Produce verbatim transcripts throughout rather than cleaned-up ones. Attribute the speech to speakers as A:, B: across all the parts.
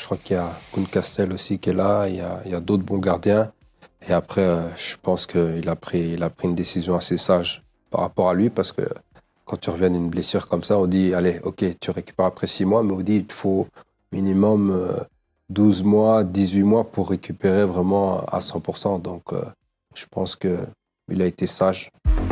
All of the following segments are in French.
A: crois qu'il y a Koen Castel aussi qui est là. Il y a, il y a d'autres bons gardiens. Et après, euh, je pense qu'il a pris, il a pris une décision assez sage par rapport à lui parce que quand tu reviens d'une blessure comme ça, on dit, allez, ok, tu récupères après six mois, mais on dit, il te faut minimum euh, douze mois, dix-huit mois pour récupérer vraiment à cent pour cent. Donc, euh, je pense qu'il a été sage.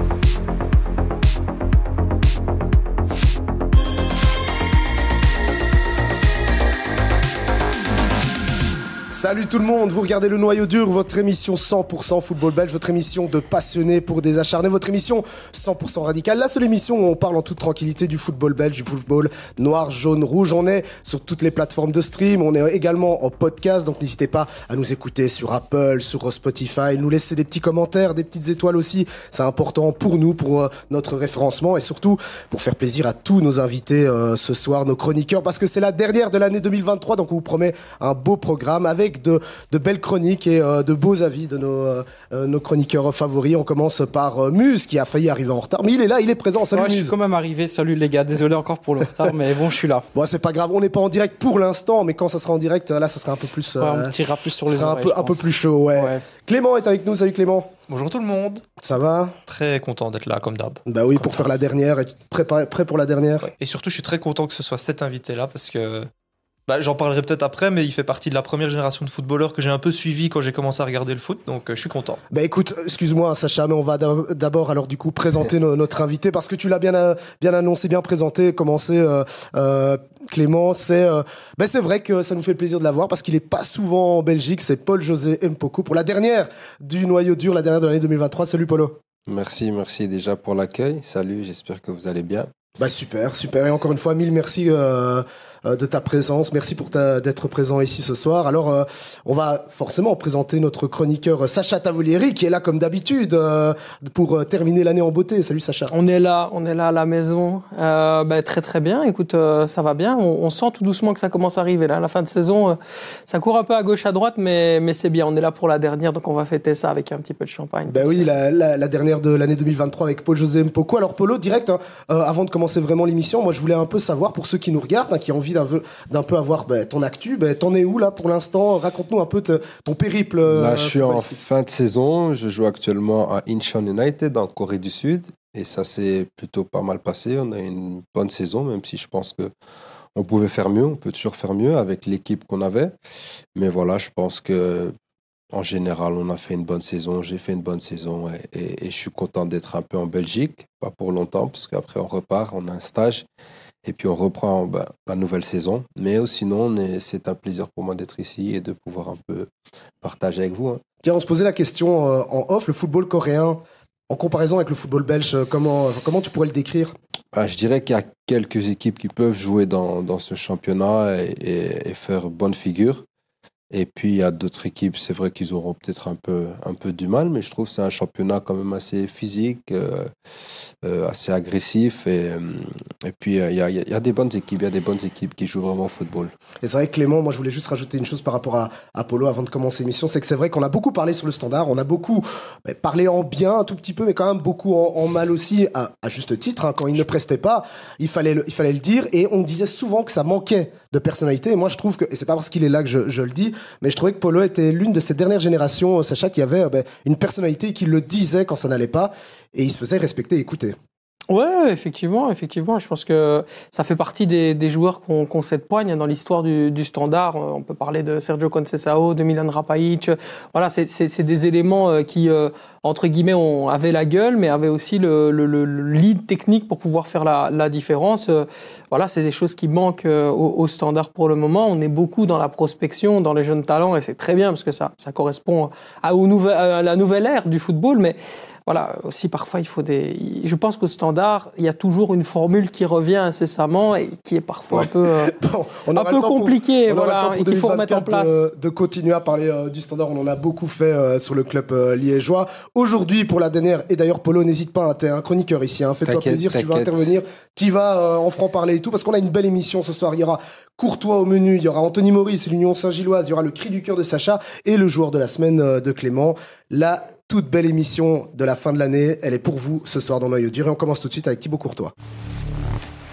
B: Salut tout le monde, vous regardez Le Noyau Dur, votre émission cent pour cent football belge, votre émission de passionnés pour des acharnés, votre émission cent pour cent radicale, la seule émission où on parle en toute tranquillité du football belge, du football noir, jaune, rouge. On est sur toutes les plateformes de stream, on est également en podcast, donc n'hésitez pas à nous écouter sur Apple, sur Spotify, nous laisser des petits commentaires, des petites étoiles aussi, c'est important pour nous, pour euh, notre référencement et surtout pour faire plaisir à tous nos invités euh, ce soir, nos chroniqueurs, parce que c'est la dernière de l'année deux mille vingt-trois, donc on vous promet un beau programme avec De, de belles chroniques et euh, de beaux avis de nos, euh, nos chroniqueurs favoris. On commence par euh, Muse qui a failli arriver en retard, mais il est là, il est présent. Salut
C: ouais,
B: Muse.
C: Je suis quand même arrivé. Salut les gars, désolé encore pour le retard, mais bon, je suis là.
B: Bon, c'est pas grave, on n'est pas en direct pour l'instant, mais quand ça sera en direct, là, ça sera un peu plus.
C: Euh, ouais, on tirera plus sur les oreilles.
B: Un peu, un peu plus chaud, ouais. ouais. Clément est avec nous. Salut Clément.
D: Bonjour tout le monde.
B: Ça va?
D: Très content d'être là, comme d'hab.
B: Bah oui,
D: comme
B: pour
D: d'hab.
B: faire la dernière, et prêt, prêt pour la dernière.
D: Ouais. Et surtout, je suis très content que ce soit cet invité-là parce que. Bah, j'en parlerai peut-être après, mais il fait partie de la première génération de footballeurs que j'ai un peu suivi quand j'ai commencé à regarder le foot, donc euh, je suis content.
B: Bah écoute, excuse-moi Sacha, mais on va d'abord alors du coup présenter no- notre invité parce que tu l'as bien, euh, bien annoncé, bien présenté, commencé euh, euh, Clément, c'est, euh, bah c'est vrai que ça nous fait le plaisir de l'avoir parce qu'il est pas souvent en Belgique, c'est Paul-José Mpoko pour la dernière du Noyau Dur, la dernière de l'année deux mille vingt-trois. Salut Polo.
A: Merci, merci déjà pour l'accueil. Salut, j'espère que vous allez bien.
B: Bah super, super. Et encore une fois, mille merci euh, euh, de ta présence. Merci pour ta, d'être présent ici ce soir. Alors, euh, on va forcément présenter notre chroniqueur Sacha Tavolieri qui est là comme d'habitude euh, pour euh, terminer l'année en beauté. Salut Sacha.
C: On est là, on est là à la maison. Euh, bah, très très bien. Écoute, euh, ça va bien. On, on sent tout doucement que ça commence à arriver là. La fin de saison, euh, ça court un peu à gauche à droite, mais mais c'est bien. On est là pour la dernière, donc on va fêter ça avec un petit peu de champagne.
B: Bah oui, la, la, la dernière de l'année deux mille vingt-trois avec Paul-José Mpoko. Alors Polo, direct, hein, euh, avant de commencer vraiment l'émission, moi je voulais un peu savoir pour ceux qui nous regardent, hein, qui ont envie d'un peu, d'un peu avoir bah, ton actu, bah, t'en es où là pour l'instant? Raconte-nous un peu te, ton périple. Euh,
A: là, je suis en fin de saison. Je joue actuellement à Incheon United en Corée du Sud et ça s'est plutôt pas mal passé. On a une bonne saison, même si je pense que on pouvait faire mieux. On peut toujours faire mieux avec l'équipe qu'on avait. Mais voilà, je pense que en général, on a fait une bonne saison, j'ai fait une bonne saison et, et, et je suis content d'être un peu en Belgique, pas pour longtemps, parce qu'après on repart, on a un stage et puis on reprend ben, la nouvelle saison. Mais sinon, on est, c'est un plaisir pour moi d'être ici et de pouvoir un peu partager avec vous. Hein.
B: Tiens, on se posait la question euh, en off, le football coréen, en comparaison avec le football belge, comment, comment tu pourrais le décrire?
A: Ben, je dirais qu'il y a quelques équipes qui peuvent jouer dans, dans ce championnat et, et, et faire bonne figure. Et puis, il y a d'autres équipes, c'est vrai qu'ils auront peut-être un peu, un peu du mal, mais je trouve que c'est un championnat quand même assez physique, euh, euh, assez agressif. Et, et puis, il y a, il y a des bonnes équipes, il y a des bonnes équipes qui jouent vraiment au football.
B: Et c'est vrai que Clément, moi je voulais juste rajouter une chose par rapport à Apollo avant de commencer l'émission, c'est que c'est vrai qu'on a beaucoup parlé sur le Standard, on a beaucoup bah, parlé en bien un tout petit peu, mais quand même beaucoup en, en mal aussi, à, à juste titre, hein, quand il ne prestait pas, il fallait, le, il fallait le dire, et on disait souvent que ça manquait de personnalité, et moi je trouve que, et c'est pas parce qu'il est là que je, je le dis, mais je trouvais que Polo était l'une de ces dernières générations, Sacha, qui avait bah, une personnalité qui le disait quand ça n'allait pas, et il se faisait respecter et écouter.
C: Ouais, effectivement, effectivement. Je pense que ça fait partie des, des joueurs qu'on qu'on cette poigne dans l'histoire du, du Standard. On peut parler de Sergio Conceição, de Milan Rapaïc. Voilà, c'est, c'est, c'est des éléments qui, euh, entre guillemets, ont, avaient la gueule, mais avaient aussi le, le, le lead technique pour pouvoir faire la, la différence. Voilà, c'est des choses qui manquent au, au Standard pour le moment. On est beaucoup dans la prospection, dans les jeunes talents, et c'est très bien parce que ça, ça correspond à, au nouvel, à la nouvelle ère du football, mais voilà, aussi parfois il faut des. Je pense qu'au Standard, il y a toujours une formule qui revient incessamment et qui est parfois ouais. un peu, euh, bon, on un peu compliquée, pour, voilà, et qu'il faut remettre en place.
B: De, de continuer à parler euh, du Standard, on en a beaucoup fait euh, sur le club euh, liégeois. Aujourd'hui, pour la dernière, et d'ailleurs Polo, n'hésite pas, hein, t'es un chroniqueur ici, hein, fais-toi t'inquiète, plaisir t'inquiète. Si tu veux intervenir, t'y vas euh, en franc-parler et tout, parce qu'on a une belle émission ce soir. Il y aura Courtois au menu, il y aura Anthony Maurice et l'Union Saint-Gilloise, il y aura le cri du cœur de Sacha et le joueur de la semaine euh, de Clément. La toute belle émission de la fin de l'année, elle est pour vous ce soir dans Noyau Dur et on commence tout de suite avec Thibaut Courtois.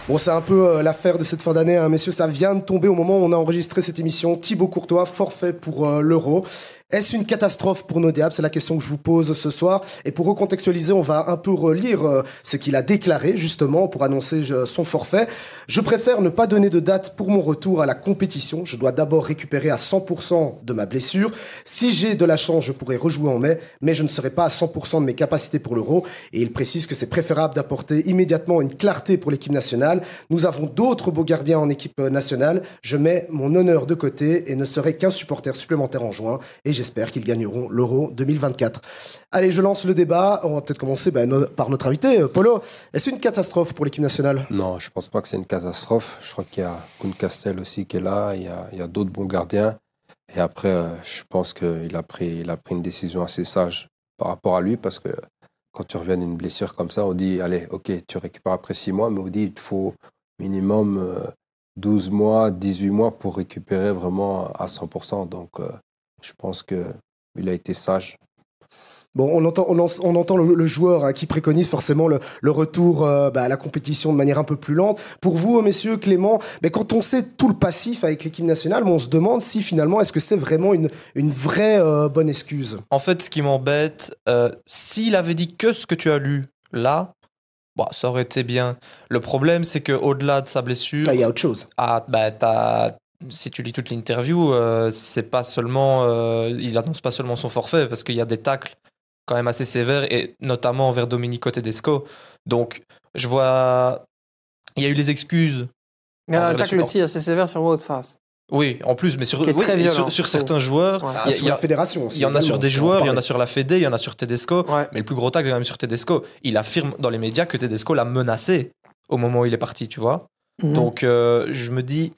B: Bon, c'est un peu euh, l'affaire de cette fin d'année, hein, messieurs. Ça vient de tomber au moment où on a enregistré cette émission. Thibaut Courtois, forfait pour euh, l'Euro. Est-ce une catastrophe pour nos Diables? C'est la question que je vous pose ce soir. Et pour recontextualiser, on va un peu relire euh, ce qu'il a déclaré, justement, pour annoncer euh, son forfait. Je préfère ne pas donner de date pour mon retour à la compétition. Je dois d'abord récupérer à cent pour cent de ma blessure. Si j'ai de la chance, je pourrais rejouer en mai, mais je ne serai pas à cent pour cent de mes capacités pour l'Euro. Et il précise que c'est préférable d'apporter immédiatement une clarté pour l'équipe nationale. Nous avons d'autres beaux gardiens en équipe nationale. Je mets mon honneur de côté et ne serai qu'un supporter supplémentaire en juin. Et j'espère qu'ils gagneront l'Euro deux mille vingt-quatre. Allez, je lance le débat. On va peut-être commencer ben, no- par notre invité, Polo. Est-ce une catastrophe pour l'équipe nationale?
A: Non, je pense pas que c'est une catastrophe. Je crois qu'il y a Koen Castel aussi qui est là. Il y a, il y a d'autres bons gardiens. Et après, euh, je pense qu'il a pris, il a pris une décision assez sage par rapport à lui parce que quand tu reviens d'une blessure comme ça, on dit, allez, ok, tu récupères après six mois, mais on dit, il te faut minimum euh, douze mois, dix-huit mois pour récupérer vraiment à cent pour cent. Donc, euh, je pense qu'il a été sage.
B: Bon, on entend, on, en- on entend le, le joueur hein, qui préconise forcément le, le retour euh, bah, à la compétition de manière un peu plus lente. Pour vous, messieurs, Clément, mais quand on sait tout le passif avec l'équipe nationale, on se demande si finalement, est-ce que c'est vraiment une, une vraie euh, bonne excuse?
D: En fait, ce qui m'embête, euh, s'il avait dit que ce que tu as lu là, bon, ça aurait été bien. Le problème, c'est qu'au-delà de sa blessure,
B: Ah, il y a autre chose.
D: ah, bah, t'as- si tu lis toute l'interview, euh, c'est pas seulement, euh, il annonce pas seulement son forfait parce qu'il y a des tacles quand même assez sévères et notamment envers Domenico Tedesco. Donc, je vois, il y a eu les excuses.
C: Il y a un
D: envers les
C: tacle
D: supporters.
C: aussi assez sévère sur votre face.
D: Oui, en plus, mais sur,
C: Qui est
D: oui,
C: très
D: et
C: violent,
D: sur, sur
C: je trouve.
D: certains joueurs,
C: Ouais.
B: Ah,
D: il y a-
B: sur
D: il y a-
B: la fédération aussi.
D: il y en a sur
B: également,
D: des
B: on va en
D: joueurs, il y en
B: parler.
D: a sur la Fédé, il y en a sur Tedesco.
C: Ouais.
D: Mais le plus gros tacle, il y en a même sur Tedesco. Il affirme dans les médias que Tedesco l'a menacé au moment où il est parti, tu vois.
C: Mhm.
D: Donc, euh, je me dis,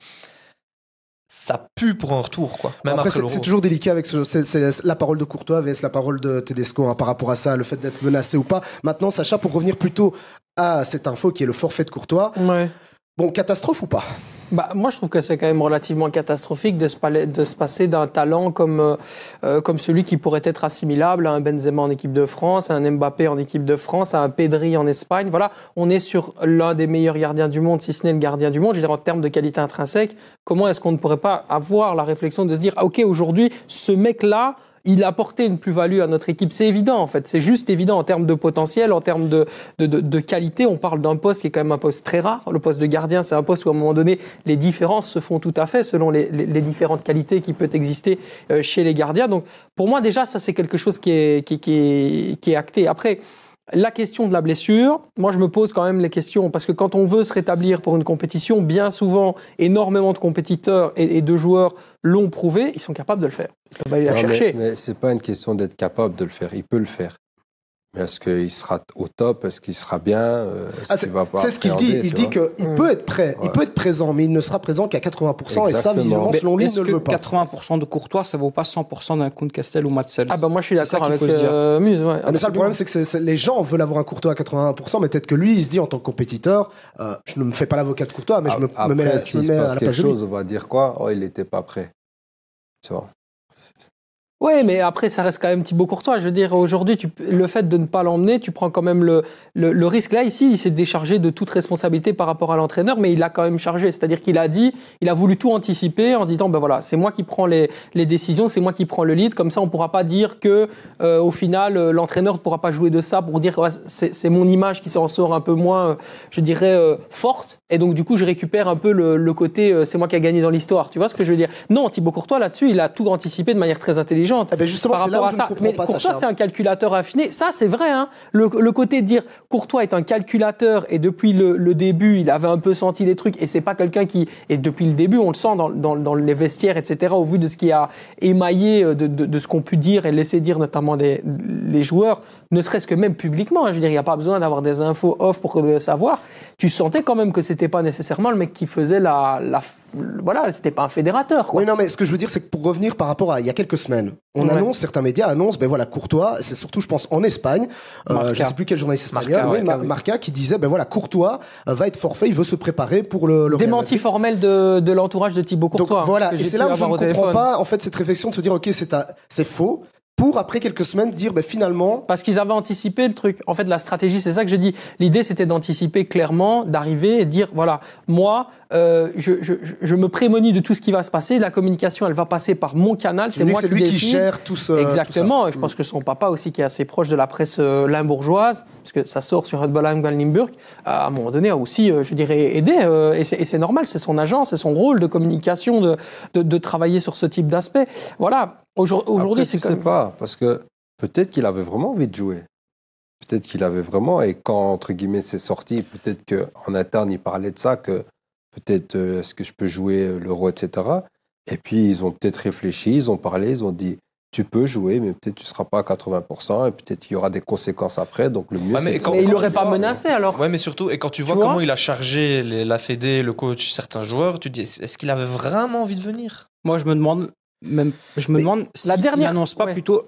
D: ça pue pour un retour, quoi. Même
B: Après,
D: après,
B: c'est,
D: l'Euro.
B: c'est toujours délicat avec ce, c'est, c'est la parole de Courtois vs la parole de Tedesco hein, par rapport à ça, le fait d'être menacé ou pas. Maintenant, Sacha, pour revenir plutôt à cette info qui est le forfait de Courtois,
C: Ouais.
B: bon, catastrophe ou pas?
C: Bah, moi, je trouve que c'est quand même relativement catastrophique de se, pala- de se passer d'un talent comme, euh, euh, comme celui qui pourrait être assimilable à un Benzema en équipe de France, à un Mbappé en équipe de France, à un Pedri en Espagne. Voilà, on est sur l'un des meilleurs gardiens du monde, si ce n'est le gardien du monde. Je veux dire, en termes de qualité intrinsèque, comment est-ce qu'on ne pourrait pas avoir la réflexion de se dire, ah, OK, aujourd'hui, ce mec-là, il a apporté une plus-value à notre équipe. C'est évident, en fait. C'est juste évident en termes de potentiel, en termes de, de, de, de qualité. On parle d'un poste qui est quand même un poste très rare. Le poste de gardien, c'est un poste où, à un moment donné, les différences se font tout à fait selon les, les, les différentes qualités qui peuvent exister euh, chez les gardiens. Donc, pour moi, déjà, ça, c'est quelque chose qui est, qui, qui est, qui est acté. Après, la question de la blessure, moi je me pose quand même les questions parce que quand on veut se rétablir pour une compétition, bien souvent, énormément de compétiteurs et, et de joueurs l'ont prouvé, ils sont capables de le faire. Ils peuvent aller la
A: Non,
C: chercher.
A: Mais, mais c'est pas une question d'être capable de le faire. Il peut le faire. Mais est-ce qu'il sera au top? Est-ce qu'il sera bien? Euh, Est-ce
B: Ah,
A: qu'il
B: c'est,
A: va pas
B: c'est ce qu'il dit.
A: appréhender,
B: Il
A: tu
B: dit
A: vois?
B: qu'il
C: Mm.
B: peut être prêt, il
A: Ouais.
B: peut être présent, mais il ne sera présent qu'à quatre-vingts pour cent. Et ça,
A: Exactement.
B: visiblement,
A: Mais
B: selon lui, il
E: Est-ce
B: ne
E: que
B: le veut pas.
E: quatre-vingts pour cent de Courtois, ça vaut pas cent pour cent d'un Koen Castel ou Matsels?
C: Ah bah moi je suis
E: C'est ça
C: d'accord
E: qu'il
C: avec
E: faut se dire.
C: euh, Muse. Ouais,
B: Ah, mais ça, le problème, c'est que c'est- c'est- les gens veulent avoir un Courtois à quatre-vingts pour cent, mais peut-être que lui, il se dit en tant que compétiteur, euh, je ne me fais pas l'avocat de Courtois, mais je me,
A: Après,
B: me mets, la- je
A: s'il
B: me
A: se
B: mets à
A: passe
B: la
A: quelque
B: place de lui.
A: chose, on va dire quoi? Oh, il n'était pas prêt. Tu vois?
C: Oui, mais après, ça reste quand même Thibaut Courtois. Je veux dire, aujourd'hui, tu, le fait de ne pas l'emmener, tu prends quand même le, le, le risque. Là, ici, il s'est déchargé de toute responsabilité par rapport à l'entraîneur, mais il a quand même chargé. C'est-à-dire qu'il a dit, il a voulu tout anticiper en se disant, ben voilà, c'est moi qui prends les, les décisions, c'est moi qui prends le lead. Comme ça, on ne pourra pas dire que, euh, au final, euh, l'entraîneur ne pourra pas jouer de ça pour dire, ouais, c'est, c'est mon image qui s'en sort un peu moins, euh, je dirais, euh, forte. Et donc, du coup, je récupère un peu le, le côté, euh, c'est moi qui a gagné dans l'histoire. Tu vois ce que je veux dire? Non, Thibaut Courtois, là-dessus, il a tout anticipé de manière très intelligente.
B: Eh ben justement,
C: Par
B: c'est là
C: rapport
B: où
C: à
B: je
C: ça.
B: ne comprends
C: Mais
B: pas,
C: Courtois,
B: Sacha.
C: c'est un calculateur affiné. Ça, c'est vrai. Hein. Le, le côté de dire Courtois est un calculateur et depuis le, le début, il avait un peu senti les trucs et c'est pas quelqu'un qui. Et depuis le début, on le sent dans, dans, dans les vestiaires, et cetera, au vu de ce qui a émaillé, de, de, de ce qu'ont pu dire et laisser dire notamment les, les joueurs, ne serait-ce que même publiquement. Hein. Je veux dire, il n'y a pas besoin d'avoir des infos off pour le savoir. Tu sentais quand même que c'était pas nécessairement le mec qui faisait la. la voilà, c'était pas un fédérateur. Quoi.
B: Oui, non, mais ce que je veux dire, c'est que pour revenir par rapport à il y a quelques semaines, on
C: Ouais.
B: annonce, certains médias annoncent, ben voilà, Courtois, c'est surtout, je pense, en Espagne, euh,
E: Marca.
B: je ne sais plus quel journaliste espagnol,
D: Marca,
B: mais
D: ouais,
B: Ma-
D: oui.
B: Marca qui disait, ben voilà, Courtois euh, va être forfait, il veut se préparer pour le, le Real
C: Démenti
B: Madrid.
C: formel de, de l'entourage de Thibaut Courtois.
B: Donc voilà,
C: que
B: et
C: j'ai
B: c'est
C: pu
B: là où je
C: avoir
B: ne
C: au
B: comprends
C: téléphone.
B: pas, en fait, cette réflexion de se dire, ok, c'est, un- c'est faux. pour après quelques semaines dire ben, finalement...
C: Parce qu'ils avaient anticipé le truc. En fait, la stratégie, c'est ça que je dis. L'idée, c'était d'anticiper clairement, d'arriver et de dire, voilà, moi, euh, je, je, je me prémonis de tout ce qui va se passer. La communication, elle va passer par mon canal. C'est moi
B: c'est
C: qui
B: lui
C: décide.
B: qui gère tout ça.
C: Exactement.
B: Tout ça.
C: Je pense que son papa aussi, qui est assez proche de la presse euh, limbourgeoise, parce que ça sort sur Red Bull Limburg, à un moment donné, a aussi, euh, je dirais, aidé. Euh, et, c'est, et c'est normal, c'est son agent, c'est son rôle de communication, de, de, de travailler sur ce type d'aspect. Voilà. Aujourd'hui, aujourd'hui
A: Après,
C: c'est
A: je
C: comme...
A: sais pas, parce que peut-être qu'il avait vraiment envie de jouer. Peut-être qu'il avait vraiment, et quand, entre guillemets, c'est sorti, peut-être qu'en interne, il parlait de ça, que peut-être, euh, est-ce que je peux jouer l'Euro, et cetera. Et puis, ils ont peut-être réfléchi, ils ont parlé, ils ont dit, tu peux jouer, mais peut-être tu ne seras pas à quatre-vingts pour cent, et peut-être qu'il y aura des conséquences après, donc le mieux,
D: Ouais, mais
A: c'est...
D: quand-
C: Mais il
D: quand
C: l'aurait
D: tu
C: pas
D: vois,
C: menacé, alors.
D: Ouais, mais surtout, et quand tu vois
C: Tu vois
D: comment il a chargé les- la Fédé, le coach, certains joueurs, tu te dis, est-ce qu'il avait vraiment envie de venir?
E: Moi, je me demande, même, je me
C: Mais
E: demande s'il
C: la dernière-
E: n'annonce pas
C: ouais.
E: plutôt,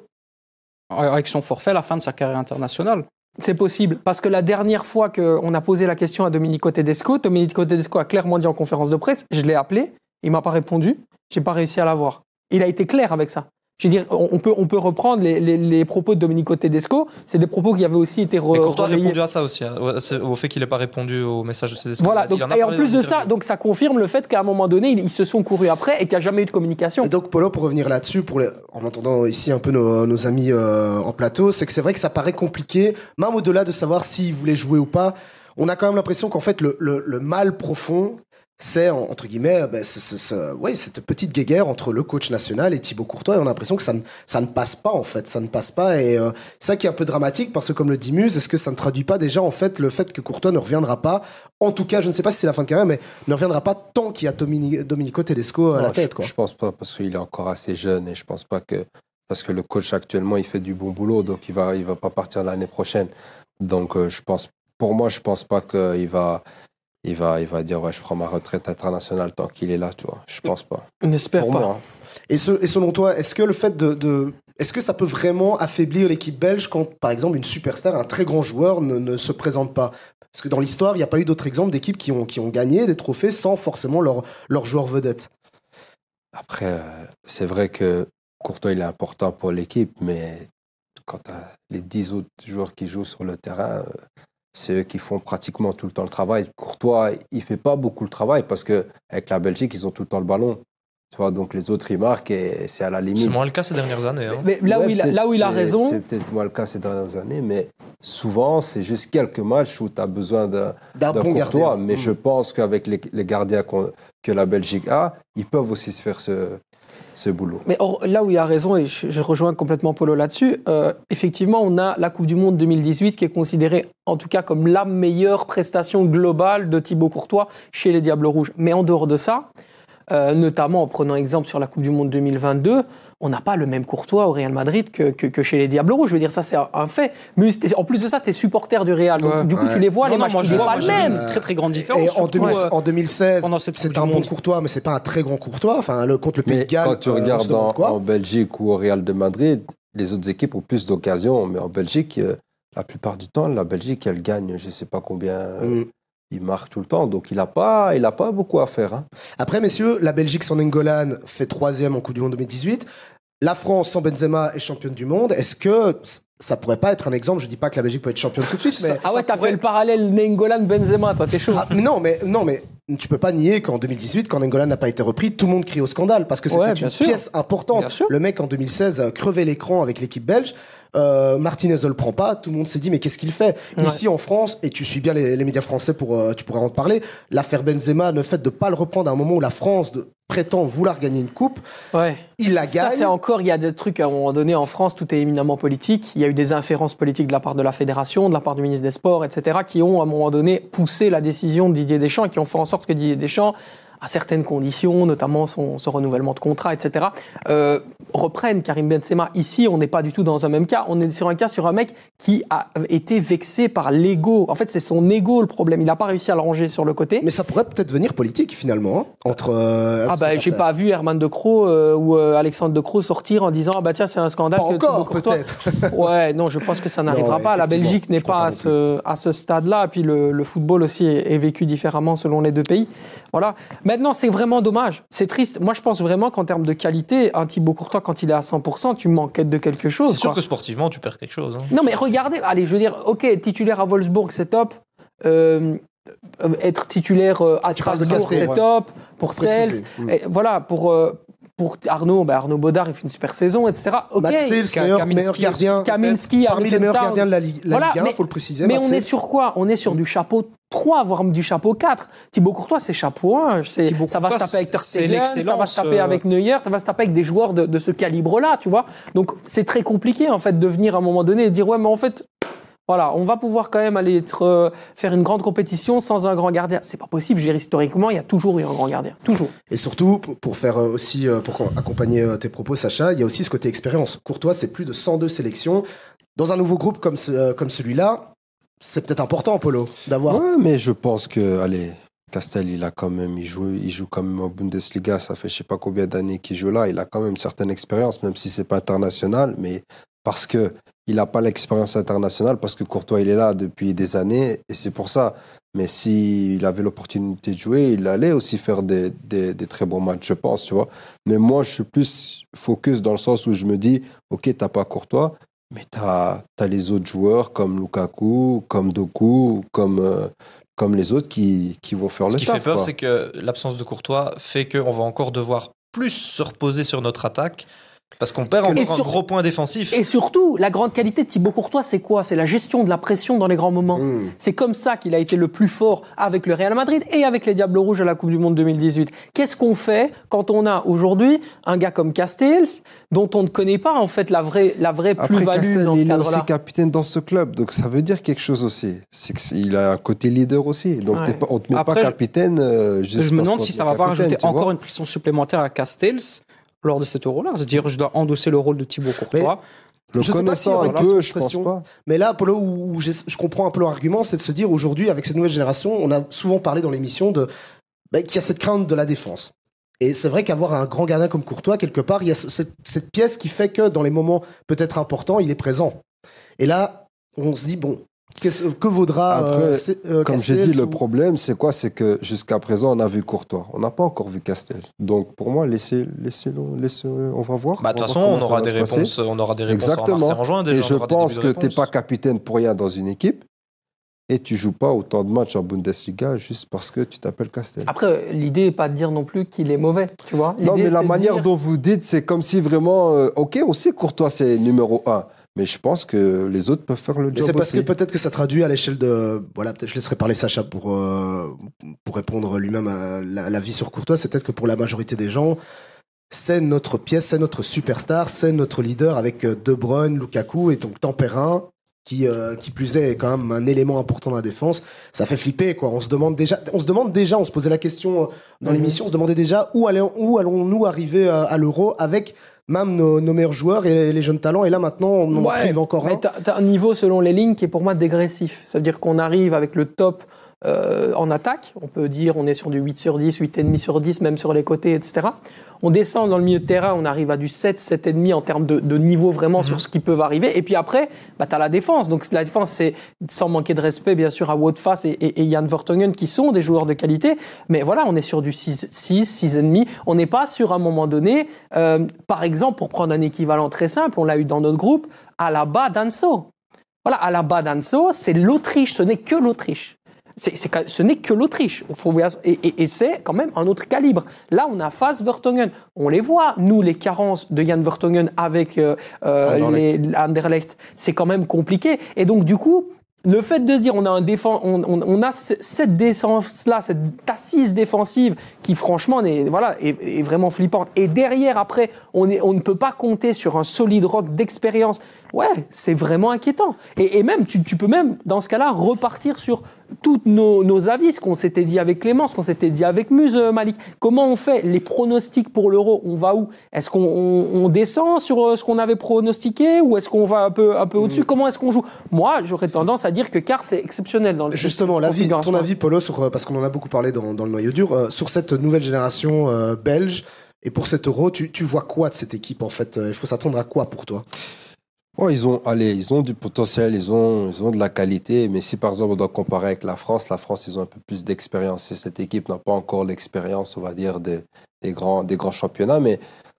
E: avec son forfait, la fin de sa carrière internationale.
C: C'est possible, parce que la dernière fois qu'on a posé la question à Domenico Tedesco, Domenico Tedesco a clairement dit en conférence de presse, je l'ai appelé, il m'a pas répondu, j'ai pas réussi à l'avoir. Il a été clair avec ça. Je veux dire, on peut, on peut reprendre les, les, les propos de Domenico Tedesco, c'est des propos qui avaient aussi été re-
D: Et Courtois a
C: relayés.
D: répondu à ça aussi, hein, ouais, c'est- au fait qu'il n'ait pas répondu au message de Tedesco.
C: Voilà,
D: Il
C: donc,
D: en a
C: et en
D: parlé
C: plus
D: dans
C: de ça,
D: l'interview.
C: donc ça confirme le fait qu'à un moment donné, ils, ils se sont courus après et qu'il n'y a jamais eu de communication.
B: Et donc, Polo, pour revenir là-dessus, pour les... en entendant ici un peu nos, nos amis euh, en plateau, c'est que c'est vrai que ça paraît compliqué, même au-delà de savoir s'ils voulaient jouer ou pas. On a quand même l'impression qu'en fait, le, le, le mal profond, c'est, entre guillemets, ben, c'est, c'est, c'est, ouais, cette petite guéguerre entre le coach national et Thibaut Courtois. Et on a l'impression que ça ne, ça ne passe pas, en fait. Ça ne passe pas. Et euh, c'est ça qui est un peu dramatique, parce que, comme le dit Muse, est-ce que ça ne traduit pas déjà, en fait, le fait que Courtois ne reviendra pas, en tout cas, je ne sais pas si c'est la fin de carrière, mais ne reviendra pas tant qu'il y a Domini- Domenico Tedesco à
A: Non,
B: la tête,
A: je,
B: quoi.
A: je pense pas, parce qu'il est encore assez jeune, et je pense pas que... Parce que le coach, actuellement, il fait du bon boulot, donc il va, il va pas partir l'année prochaine. Donc, euh, je pense... Pour moi, je pense pas qu'il va... Il va, il va dire, ouais, je prends ma retraite internationale tant qu'il est là, tu vois. Je pense pas.
C: On n'espère
A: Pour
C: pas.
A: moi, hein.
B: Et, ce- et selon toi, est-ce que le fait de, de- est-ce que ça peut vraiment affaiblir l'équipe belge quand, par exemple, une superstar, un très grand joueur ne, ne se présente pas? Parce que dans l'histoire, il n'y a pas eu d'autres exemples d'équipes qui ont, qui ont gagné des trophées sans forcément leur, leur joueur vedette.
A: Après, euh, c'est vrai que Courtois, il est important pour l'équipe, mais quand tu as les dix autres joueurs qui jouent sur le terrain, euh, c'est eux qui font pratiquement tout le temps le travail. Courtois, il fait pas beaucoup le travail parce qu'avec la Belgique, ils ont tout le temps le ballon. Tu vois, donc les autres, ils marquent et c'est à la limite.
D: C'est moins le cas ces dernières années. Hein.
C: Mais là,
A: Ouais,
C: où il, a-
A: peut-être
C: là où il a
A: c'est-
C: raison,
A: C'est peut-être moins le cas ces dernières années, mais souvent, c'est juste quelques matchs où tu as besoin d'un
B: D'un
A: d'un
B: bon
A: Courtois.
B: gardien.
A: Mais
B: Mm.
A: je pense qu'avec les, les gardiens qu'on- que la Belgique a, ils peuvent aussi se faire ce, ce boulot.
C: mais or, là où il a raison, et je, je rejoins complètement Polo là-dessus, euh, effectivement, on a la Coupe du Monde deux mille dix-huit qui est considérée, en tout cas, comme la meilleure prestation globale de Thibaut Courtois chez les Diables Rouges. Mais en dehors de ça, euh, notamment en prenant exemple sur la Coupe du Monde deux mille vingt-deux, on n'a pas le même Courtois au Real Madrid que, que, que chez les Diables Rouges. Je veux dire, ça, c'est un, un fait. Mais t'es- en plus de ça, tu es supporter du Real. Donc,
E: Ouais.
C: du coup,
B: Ouais.
C: tu les vois,
E: Non,
C: les
E: non,
C: matchs,
E: moi,
C: tu
E: je
C: dis
E: vois,
C: pas
E: moi,
C: le
E: j'ai
C: même.
E: une très très grande différence.
B: Et en,
E: surtout,
B: deux mille,
E: euh,
B: en deux mille seize,
E: pendant cette
B: c'est
E: Coupe
B: un
E: du
B: bon
E: Monde.
B: Courtois, mais c'est pas un très grand Courtois. Enfin, le, contre le Pays
A: Mais
B: de Galles,
A: quand tu
B: euh, on se
A: regardes
B: demande
A: en,
B: quoi.
A: en Belgique ou au Real de Madrid, les autres équipes ont plus d'occasions. Mais en Belgique, euh, la plupart du temps, la Belgique, elle gagne, je ne sais pas combien, euh,
B: Mm.
A: il marque tout le temps. Donc, il n'a pas, il a pas beaucoup à faire. Hein.
B: Après, messieurs, la Belgique sans Nainggolan fait troisième en Coupe du Monde deux mille dix-huit. La France sans Benzema est championne du monde. Est-ce que ça pourrait pas être un exemple? Je dis pas que la Belgique peut être championne tout de suite, mais
C: Ah ouais, t'as
B: pourrait-
C: fait le parallèle Nainggolan-Benzema, toi, t'es chaud.
B: Ah, mais non, mais non, mais tu peux pas nier qu'en deux mille dix-huit, quand Nainggolan n'a pas été repris, tout le monde crie au scandale parce que c'était
C: Ouais, bien
B: une
C: sûr.
B: pièce importante.
C: Bien sûr.
B: Le mec en deux mille seize euh, crevait l'écran avec l'équipe belge. Euh, Martinez ne le prend pas. Tout le monde s'est dit mais qu'est-ce qu'il fait
C: Ouais.
B: ici en France? Et tu suis bien les, les médias français pour euh, tu pourrais en parler. L'affaire Benzema, le fait de pas le reprendre à un moment où la France de- prétend vouloir gagner une coupe,
C: Ouais.
B: il la gagne.
C: Ça, c'est encore, il y a des trucs à un moment donné en France, tout est éminemment politique. Il y a eu des inférences politiques de la part de la fédération, de la part du ministre des Sports, et cetera, qui ont à un moment donné poussé la décision de Didier Deschamps et qui ont fait en sorte que Didier Deschamps, à certaines conditions, notamment son, son renouvellement de contrat, et cetera, euh, reprennent Karim Benzema. Ici, on n'est pas du tout dans un même cas. On est sur un cas sur un mec qui a été vexé par l'ego. En fait, c'est son ego le problème. Il n'a pas réussi à le ranger sur le côté.
B: Mais ça pourrait peut-être venir politique finalement hein, entre. euh,
C: Ah bah
B: cette
C: j'ai
B: affaire.
C: pas vu Herman De Croo euh, ou euh, Alexandre De Croo sortir en disant ah bah tiens c'est un scandale.
B: Pas
C: que Thibaut
B: encore
C: Courtois-
B: peut-être.
C: Ouais non je pense que ça n'arrivera
B: Non,
C: pas. La
B: effectivement,
C: Belgique n'est
B: je crois
C: pas
B: pas
C: à
B: non
C: ce à ce stade-là. Et puis le, le football aussi est, est vécu différemment selon les deux pays. Voilà. Maintenant c'est vraiment dommage. C'est triste. Moi je pense vraiment qu'en termes de qualité un Thibaut Courtois quand il est à cent pour cent, tu manques de quelque chose.
D: C'est sûr
C: quoi.
D: que sportivement, tu perds quelque chose. Hein.
C: Non, mais regardez, allez, je veux dire, ok, titulaire à Wolfsburg, c'est top. Euh, être titulaire euh, à
B: Tu parles de
C: Strasbourg,
B: Castel,
C: c'est
B: ouais.
C: top. Pour
B: Préciser.
C: Cels,
B: Mm.
C: et voilà, pour, euh, pour Arnaud, bah Arnaud Baudard, il fait une super saison, et cetera. Ok,
B: Matt Stils,
E: Ka-
B: meilleur,
E: Kaminski
B: meilleur gardien.
C: Kaminski,
B: Parmi
C: avec
B: les meilleurs
C: Town.
B: gardiens de la, Ligue, la
C: Voilà,
B: Ligue un,
C: mais-
B: faut le préciser.
C: Mais
B: Matt
C: on est
B: Stils.
C: sur quoi? On est sur du chapeau trois, voire du chapeau quatre. Thibaut Courtois, c'est chapeau un. C'est,
E: Thibaut
C: ça va se
E: Courtois,
C: taper avec Ter
E: c'est
C: Stegen, ça va se
E: l'excellence,
C: taper
E: euh,
C: avec Neuer, ça va se taper avec des joueurs de, de ce calibre-là, tu vois. Donc, c'est très compliqué, en fait, de venir à un moment donné et dire, ouais, mais en fait, voilà, on va pouvoir quand même aller être, euh, faire une grande compétition sans un grand gardien. C'est pas possible. Je veux dire, historiquement, il y a toujours eu un grand gardien. Toujours.
B: Et surtout, pour, pour faire euh, aussi, euh, pour accompagner euh, tes propos, Sacha, il y a aussi ce côté expérience. Courtois, c'est plus de cent deux sélections. Dans un nouveau groupe comme, ce- euh, comme celui-là, c'est peut-être important, Polo, d'avoir.
A: Ouais, mais je pense que, allez, Castel, il a quand même, il joue, il joue quand même en Bundesliga. Ça fait je sais pas combien d'années qu'il joue là. Il a quand même une certaine expérience, même si c'est pas international, mais parce que il n'a pas l'expérience internationale, parce que Courtois, il est là depuis des années, et c'est pour ça. Mais s'il avait l'opportunité de jouer, il allait aussi faire des, des, des très bons matchs, je pense, tu vois. Mais moi, je suis plus focus dans le sens où je me dis, ok, t'as pas Courtois, mais t'as as les autres joueurs comme Lukaku, comme Doku, comme, euh, comme les autres qui, qui vont faire
D: Ce
A: le
D: qui
A: taf.
D: fait peur,
A: quoi.
D: c'est que l'absence de Courtois fait qu'on va encore devoir plus se reposer sur notre attaque parce qu'on perd
C: Et
D: encore un
C: sur-
D: gros point défensif.
C: Et surtout, la grande qualité de Thibaut Courtois, c'est quoi? C'est la gestion de la pression dans les grands moments.
B: Mmh.
C: C'est comme ça qu'il a été le plus fort avec le Real Madrid et avec les Diables Rouges à la Coupe du Monde deux mille dix-huit. Qu'est-ce qu'on fait quand on a aujourd'hui un gars comme Castells, dont on ne connaît pas en fait la vraie, la vraie
A: Après,
C: plus-value
A: Castel,
C: dans ce
A: il est aussi
C: cadre-là?
A: capitaine dans ce club, donc ça veut dire quelque chose aussi. C'est qu'il a un côté leader aussi. Donc
C: Ouais.
A: t'es pas, on ne te met
E: Après,
A: pas
E: je-
A: capitaine euh, juste
E: Je me
A: parce
E: demande
A: qu'on
E: si
A: te
E: ça
A: met
E: va pas
A: capitaine,
E: rajouter
A: tu vois.
E: encore une pression supplémentaire à Castells lors de cet euro-là. C'est-à-dire, je dois endosser le rôle de Thibaut Courtois.
A: Le
B: Je sais pas s'il y
A: connaissant
B: aura
A: un
B: une
A: peu, je pense
B: pression.
A: pas.
B: Mais là, Polo, où où j'ai- je comprends un peu leur argument, c'est de se dire aujourd'hui, avec cette nouvelle génération, on a souvent parlé dans l'émission de bah, qu'il y a cette crainte de la défense. Et c'est vrai qu'avoir un grand gardien comme Courtois, quelque part, il y a ce- cette, cette pièce qui fait que dans les moments peut-être importants, il est présent. Et là, on se dit, bon, qu'est-ce- que vaudra
A: Après,
B: euh, c'est- euh,
A: Comme j'ai
B: Castells
A: dit, le
B: ou-
A: problème, c'est quoi? C'est que jusqu'à présent, on a vu Courtois. On n'a pas encore vu Castel. Donc, pour moi, laissez, laissez, laissez, on va voir.
D: Bah, de
A: On
D: toute
A: va
D: façon,
A: voir
D: on
A: comment ça
D: aura
A: va
D: des
A: se passer.
D: réponses, on aura des réponses en
A: Exactement.
D: mars et en juin déjà.
A: Et
D: on
A: je
D: aura des
A: pense
D: débuts
A: que
D: de
A: tu n'es
D: réponses.
A: pas capitaine pour rien dans une équipe et tu joues pas autant de matchs en Bundesliga juste parce que tu t'appelles Castel.
C: Après, l'idée n'est pas de dire non plus qu'il est mauvais, tu vois.
A: Non,
C: L'idée,
A: mais la
C: c'est de
A: manière
C: dire-
A: dont vous dites, c'est comme si vraiment... euh, ok, on sait que Courtois, c'est numéro un. Mais je pense que les autres peuvent faire le
B: Mais
A: job
B: c'est parce
A: aussi.
B: que peut-être que ça traduit à l'échelle de. Voilà, peut-être je laisserai parler Sacha pour, euh, pour répondre lui-même à la, la vie sur Courtois. C'est peut-être que pour la majorité des gens, c'est notre pièce, c'est notre superstar, c'est notre leader avec euh, De Bruyne, Lukaku et donc Tempérin, qui, euh, qui plus est, est quand même un élément important dans la défense. Ça fait flipper, quoi. On se demande déjà, on se demande déjà, on se posait la question euh, dans
C: Mhm.
B: l'émission, on se demandait déjà où, allons, où allons-nous arriver à, à l'Euro avec même nos, nos meilleurs joueurs et les jeunes talents. Et là, maintenant, on en
C: Ouais,
B: prive encore
C: mais
B: un.
C: t'as, t'as un niveau selon les lignes qui est pour moi dégressif. Ça veut dire qu'on arrive avec le top euh, en attaque. On peut dire on est sur du huit sur dix, huit virgule cinq sur dix, même sur les côtés, et cetera. On descend dans le milieu de terrain, on arrive à du sept, sept virgule cinq en termes de, de niveau vraiment sur ce qui peut arriver. Et puis après, bah, tu as la défense. Donc la défense, c'est sans manquer de respect, bien sûr, à Wout Faes et, et, et Jan Vertonghen qui sont des joueurs de qualité. Mais voilà, on est sur du six, six, six virgule cinq. On n'est pas sur, à un moment donné, euh, par exemple, pour prendre un équivalent très simple, on l'a eu dans notre groupe, Alaba Danso. Voilà, Alaba Danso, c'est l'Autriche, ce n'est que l'Autriche. C'est, c'est, ce n'est que l'Autriche. Faut, et, et, et c'est quand même un autre calibre. Là, on a Faes Vertonghen. On les voit, nous, les carences de Jan Vertonghen avec euh, euh,
E: Anderlecht.
C: les Anderlecht. C'est quand même compliqué. Et donc, du coup, le fait de dire on a un défense, on, on, on a cette défense-là, cette assise défensive qui, franchement, est, voilà, est, est vraiment flippante. Et derrière, après, on, est, on ne peut pas compter sur un solide rock d'expérience. Ouais, c'est vraiment inquiétant. Et, et même, tu, tu peux même, dans ce cas-là, repartir sur tous nos, nos avis, ce qu'on s'était dit avec Clément, ce qu'on s'était dit avec Muse, Malik. Comment on fait les pronostics pour l'Euro? On va où? Est-ce qu'on on, on descend sur ce qu'on avait pronostiqué ou est-ce qu'on va un peu, un peu au-dessus? Comment est-ce qu'on joue? Moi, j'aurais tendance à dire que Car, c'est exceptionnel dans le
B: Justement, l'avis, ton avis, Polo, sur, parce qu'on en a beaucoup parlé dans, dans le noyau dur, euh, sur cette nouvelle génération euh, belge et pour cet Euro, tu, tu vois quoi de cette équipe en fait? Il faut s'attendre à quoi pour toi?
A: Oh, ils ont, allez, ils ont du potentiel, ils ont, ils ont de la qualité, mais si par exemple on doit comparer avec la France, la France, ils ont un peu plus d'expérience et cette équipe n'a pas encore l'expérience, on va dire, des, des, grands, des grands championnats, mais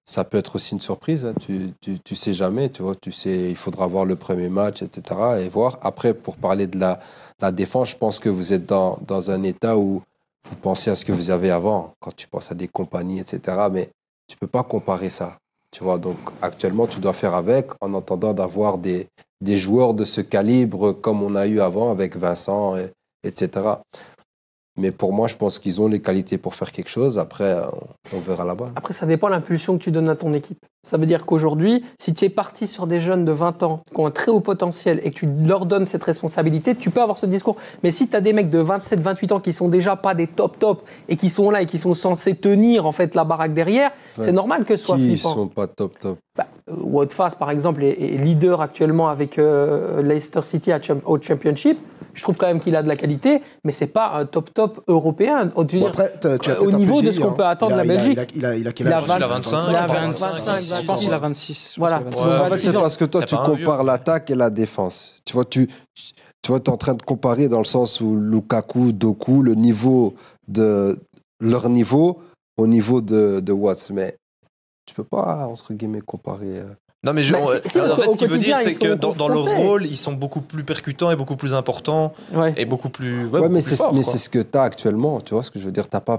A: ça peut être aussi une surprise. Hein. Tu, tu, tu sais jamais, tu vois. Tu sais, il faudra voir le premier match, et cetera. Et voir. Après, pour parler de la, la défense, je pense que vous êtes dans, dans un état où vous pensez à ce que vous avez avant, quand tu penses à des compagnies, et cetera. Mais tu peux pas comparer ça, tu vois. Donc, actuellement, tu dois faire avec, en attendant d'avoir des, des joueurs de ce calibre comme on a eu avant avec Vincent, et, etc. Mais pour moi, je pense qu'ils ont les qualités pour faire quelque chose. Après, on verra là-bas.
C: Après, ça dépend de l'impulsion que tu donnes à ton équipe. Ça veut dire qu'aujourd'hui, si tu es parti sur des jeunes de vingt ans qui ont un très haut potentiel et que tu leur donnes cette responsabilité, tu peux avoir ce discours. Mais si tu as des mecs de vingt-sept, vingt-huit ans qui sont déjà pas des top top et qui sont là et qui sont censés tenir en fait la baraque derrière, enfin, c'est normal que ce soit
A: qui
C: flippant.
A: Qui sont pas top top
C: bah, Wout Faes, par exemple, est, est leader actuellement avec euh, Leicester City à Cham- au Championship. Je trouve quand même qu'il a de la qualité, mais c'est pas un top top européen. Au,
B: bon, après, tu as
C: au niveau de ce qu'on peut attendre de la Belgique.
B: Il a, il a, il a quel
D: âge ?
B: âge ?
D: Il a vingt-cinq.
E: Il a vingt-cinq. Je pense qu'il a vingt-six.
C: Voilà.
A: Ouais, en fait, c'est parce que toi, tu compares l'attaque et la défense. Tu vois, tu, tu vois, es en train de comparer dans le sens où Lukaku, Doku, le niveau de leur niveau au niveau de, de Watts. Mais tu peux pas, entre guillemets, comparer.
D: Non, mais je,
C: bah,
D: c'est, c'est, en fait, ce qu'il veut dire, c'est que dans, dans leur rôle, ils sont beaucoup plus percutants et beaucoup plus importants.
C: Ouais.
D: Et beaucoup plus. Ouais,
A: ouais
D: beaucoup
A: mais,
D: plus
A: c'est,
D: fort,
A: mais
D: quoi.
A: c'est ce que tu as actuellement. Tu vois ce que je veux dire ? T'as pas.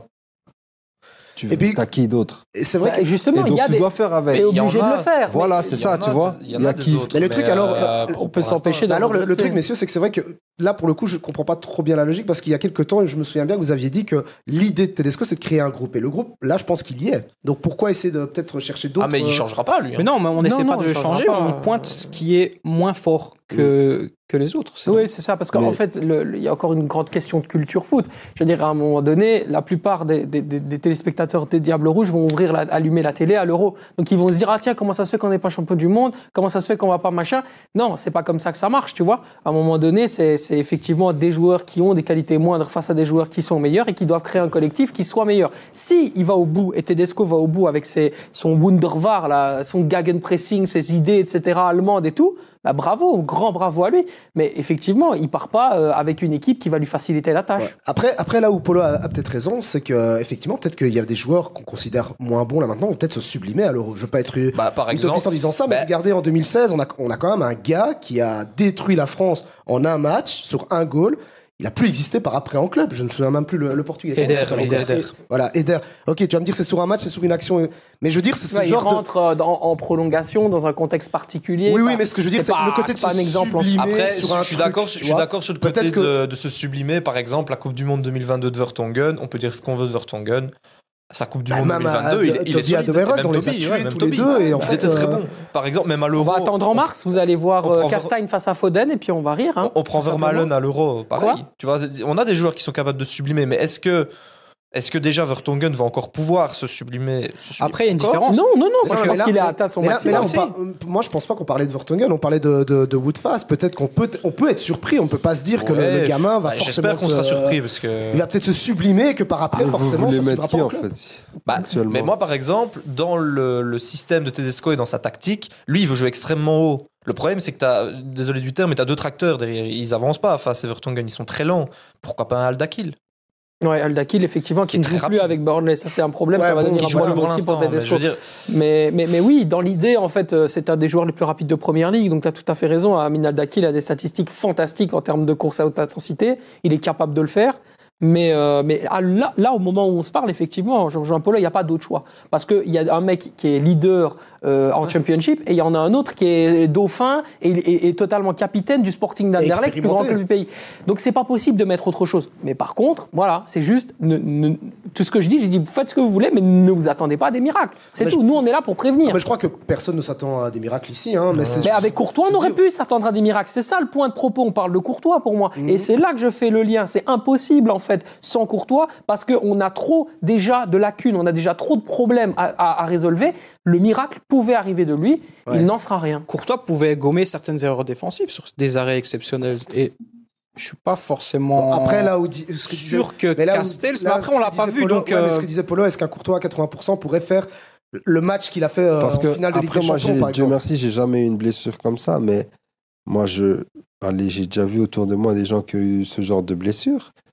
A: Tu
B: et puis,
A: t'as qui d'autre ?
B: C'est vrai
C: bah,
B: que
C: justement,
A: et donc
C: il y a
A: tu
C: des.
A: dois faire avec.
C: T'es obligé de le faire.
A: Voilà, c'est ça, tu vois.
D: Il y en a des autres.
B: Mais le truc, alors,
D: euh,
C: on peut s'empêcher.
B: Bah alors, le, le truc, messieurs, c'est que c'est vrai que là, pour le coup, je comprends pas trop bien la logique parce qu'il y a quelques temps, je me souviens bien que vous aviez dit que l'idée de Tedesco, c'est de créer un groupe. Et le groupe, là, je pense qu'il y est. Donc pourquoi essayer de peut-être chercher d'autres.
D: Ah, mais il changera pas, lui. Hein.
E: Mais non, mais on n'essaie
C: non,
E: pas
C: non,
E: de le changer,
C: pas.
E: on pointe ce qui est moins fort que, que les autres. C'est
C: oui,
E: tout.
C: c'est ça, parce qu'en
A: mais...
C: fait, il y a encore une grande question de culture foot. Je veux dire, à un moment donné, la plupart des, des, des, des téléspectateurs des Diables Rouges vont ouvrir la, allumer la télé à l'Euro. Donc ils vont se dire, ah tiens, comment ça se fait qu'on n'est pas champion du monde ? Comment ça se fait qu'on va pas machin ? Non, c'est pas comme ça que ça marche, tu vois. À un moment donné, c'est, c'est effectivement des joueurs qui ont des qualités moindres face à des joueurs qui sont meilleurs et qui doivent créer un collectif qui soit meilleur. Si il va au bout, et Tedesco va au bout avec ses, son Wunderwar, là, son Gegenpressing, ses idées, et cetera, allemandes et tout, bah bravo, grand bravo à lui. Mais effectivement, il part pas euh, avec une équipe qui va lui faciliter la tâche.
B: Ouais. Après, après, là où Polo a, a peut-être raison, c'est que euh, effectivement, peut-être qu'il y a des joueurs qu'on considère moins bons là maintenant, vont peut-être se sublimer à l'Euro. Je veux pas être
D: bah, par exemple,
B: en disant ça, mais
D: bah,
B: regardez, en deux mille seize, on a, on a quand même un gars qui a détruit la France en un match, sur un goal. Il a plus existé par après en club. Je ne me souviens même plus le, le portugais.
E: Eder,
B: Eder, Eder. Voilà, Eder. Ok, tu vas me dire c'est sur un match, c'est sur une action. Mais je veux dire, c'est ce
C: ouais,
B: genre
C: il rentre
B: de...
C: en, en prolongation dans un contexte particulier.
B: Oui,
C: enfin,
B: oui, mais ce que je veux dire, c'est,
C: c'est pas,
B: le côté de
C: c'est pas
B: se
C: un exemple.
B: sublimer
D: Après,
B: sur un
D: je suis
B: truc,
D: d'accord, je suis d'accord sur le côté
B: Peut-être que...
D: de, de se sublimer. Par exemple, la Coupe du Monde deux mille vingt-deux de Vertonghen, on peut dire ce qu'on veut de Vertonghen. Sa Coupe du
B: bah,
D: Monde deux mille vingt-deux, il, il est solide.
B: Alderweireld, on les a
D: Toby,
B: tués
D: ouais, même
B: tous
D: Toby.
B: les deux. Et en
D: Ils
B: fait,
D: étaient très
B: euh...
D: bons. Par exemple, même à l'Euro.
C: On va attendre en mars, vous allez voir
D: on
C: Castagne
D: prend...
C: face à Foden et puis on va rire. Hein,
D: on, on prend Vermaelen à l'Euro, pareil.
C: Quoi
D: tu vois, on a des joueurs qui sont capables de se sublimer, mais est-ce que, est-ce que déjà Vertonghen va encore pouvoir se sublimer, se sublimer
E: Après, il y a une
D: encore
E: différence.
C: Non, non, non,
B: Ouais,
C: je
B: mais
C: pense
B: là,
C: qu'il a
B: mais-
C: atteint son
B: mais là- mais là,
C: maximum.
B: on par- moi, je pense pas qu'on parlait de Vertonghen, on parlait de, de, de Wout Faes. Peut-être qu'on peut, on peut être surpris. On peut pas se dire que le,
D: Ouais,
B: le gamin va
D: bah,
B: forcément.
D: J'espère qu'on
B: se-
D: sera surpris parce que.
B: Il va peut-être se sublimer et que par après,
A: Vous
B: forcément,
A: voulez
B: ça
A: mettre
B: suivra
A: qui
B: pas
A: en
B: en club.
A: fait
D: Bah,
A: actuellement.
D: mais moi, par exemple, dans le, le système de Tedesco et dans sa tactique, lui, il veut jouer extrêmement haut. Le problème, c'est que t'as, désolé du terme, mais t'as deux tracteurs derrière. Ils avancent pas face à Vertonghen, ils sont très lents. Pourquoi pas un Aldakil ?
C: Ouais, Aldakil, effectivement, qui
D: Qui est
C: ne
D: très
C: joue plus
D: rapide.
C: avec Burnley. Ça, c'est un problème.
B: Ouais,
C: ça va
B: bon,
C: devenir
B: qui
C: un
B: joue
C: problème
D: pour
C: aussi pour
D: l'instant, mais je
C: Tedesco.
D: veux dire,
C: Mais, mais, mais oui, dans l'idée, en fait, euh, c'est un des joueurs les plus rapides de Première Ligue. Donc, tu as tout à fait raison. Amin Aldakil a des statistiques fantastiques en termes de course à haute intensité. Il est capable de le faire. Mais, euh, mais à là, là, au moment où on se parle, effectivement, je rejoins Polo, il n'y a pas d'autre choix. Parce qu'il y a un mec qui est leader euh, en Championship et il y en a un autre qui est dauphin et, et, et totalement capitaine du Sporting d'Anderlecht, le plus grand club du pays. Donc, c'est pas possible de mettre autre chose. Mais par contre, voilà, c'est juste, ne, ne, tout ce que je dis, j'ai dit, faites ce que vous voulez, mais ne vous attendez pas à des miracles. C'est
B: Mais
C: tout.
B: je-
C: Nous, on est là pour prévenir.
B: Mais je crois que personne ne s'attend à des miracles ici. Hein, mais c'est-
C: Mais avec Courtois, on
B: c'est
C: aurait
B: dur.
C: pu s'attendre à des miracles. C'est ça le point de propos. On parle de Courtois pour moi.
B: Mhm.
C: Et c'est là que je fais le lien. C'est impossible, en fait, sans Courtois, parce qu'on a trop déjà de lacunes, on a déjà trop de problèmes à, à, à résolver. Le miracle pouvait arriver de lui.
B: Ouais.
C: Il n'en sera rien.
E: Courtois pouvait gommer certaines erreurs défensives sur des arrêts exceptionnels. Et je suis pas forcément
B: Bon, après, là où. di- ce que
E: sûr
B: disait-
E: que
B: mais là où-
E: Castells, mais
B: là,
E: après,
B: ce
E: on l'a
B: que
E: pas
B: disait
E: vu.
B: Polo-
E: Donc,
B: ouais, mais
E: euh,
B: ce que disait Polo, est-ce qu'un Courtois à quatre-vingts pour cent pourrait faire le match qu'il a fait euh,
A: Parce
B: en
A: que
B: finale de Ligue
A: après,
B: des
A: moi,
B: Champions,
A: j'ai,
B: par
A: Dieu
B: exemple?
A: merci, j'ai jamais eu une blessure comme ça, mais moi, je, allez, j'ai déjà vu autour de moi des gens qui ont eu ce genre de blessure.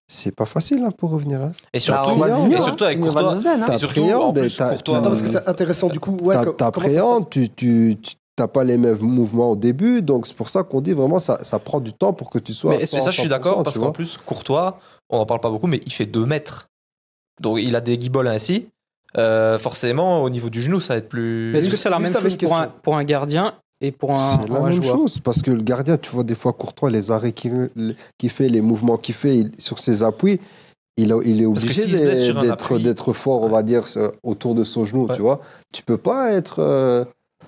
A: c'est pas facile hein, pour revenir. Hein.
D: Et surtout,
C: Bah, on va
A: Priand,
C: dire,
D: et
C: hein.
D: surtout avec
C: On va
D: Courtois.
C: nous donner, hein.
D: Et
A: T'as
D: surtout,
A: Priand,
D: en plus,
A: t'as-
D: Courtois.
B: Attends, parce que c'est intéressant du coup. Ouais,
A: T'as-
B: co-
A: T'as
B: comment ça se
A: Priand,
B: passe
A: tu, tu, tu t'as pas les mêmes mouvements au début, donc c'est pour ça qu'on dit vraiment ça, ça prend du temps pour que tu sois.
D: Mais
A: à
D: c'est ça, je suis
A: cent pour cent,
D: d'accord, parce
A: tu
D: qu'en
A: vois.
D: plus, Courtois, on n'en parle pas beaucoup, mais il fait deux mètres. Donc il a des guibolles ainsi. Euh, forcément, au niveau du genou, ça va être plus.
E: Mais est-ce que
B: Juste-
E: c'est la
B: juste
E: même
B: avec
E: chose pour un,
B: question.
E: pour un gardien et pour un,
A: C'est la
E: un
A: même
E: joueur
A: chose, parce que le gardien, tu vois, des fois, Courtois, les arrêts qu'il qui fait, les mouvements qu'il fait il- sur ses appuis, il, a- il est
D: Parce que
A: obligé
D: s'il se blesse sur un
A: d'être
D: appui-
A: d'être fort, on va dire, sur- autour de son genou,
D: Ouais.
A: tu vois. Tu peux pas être, euh,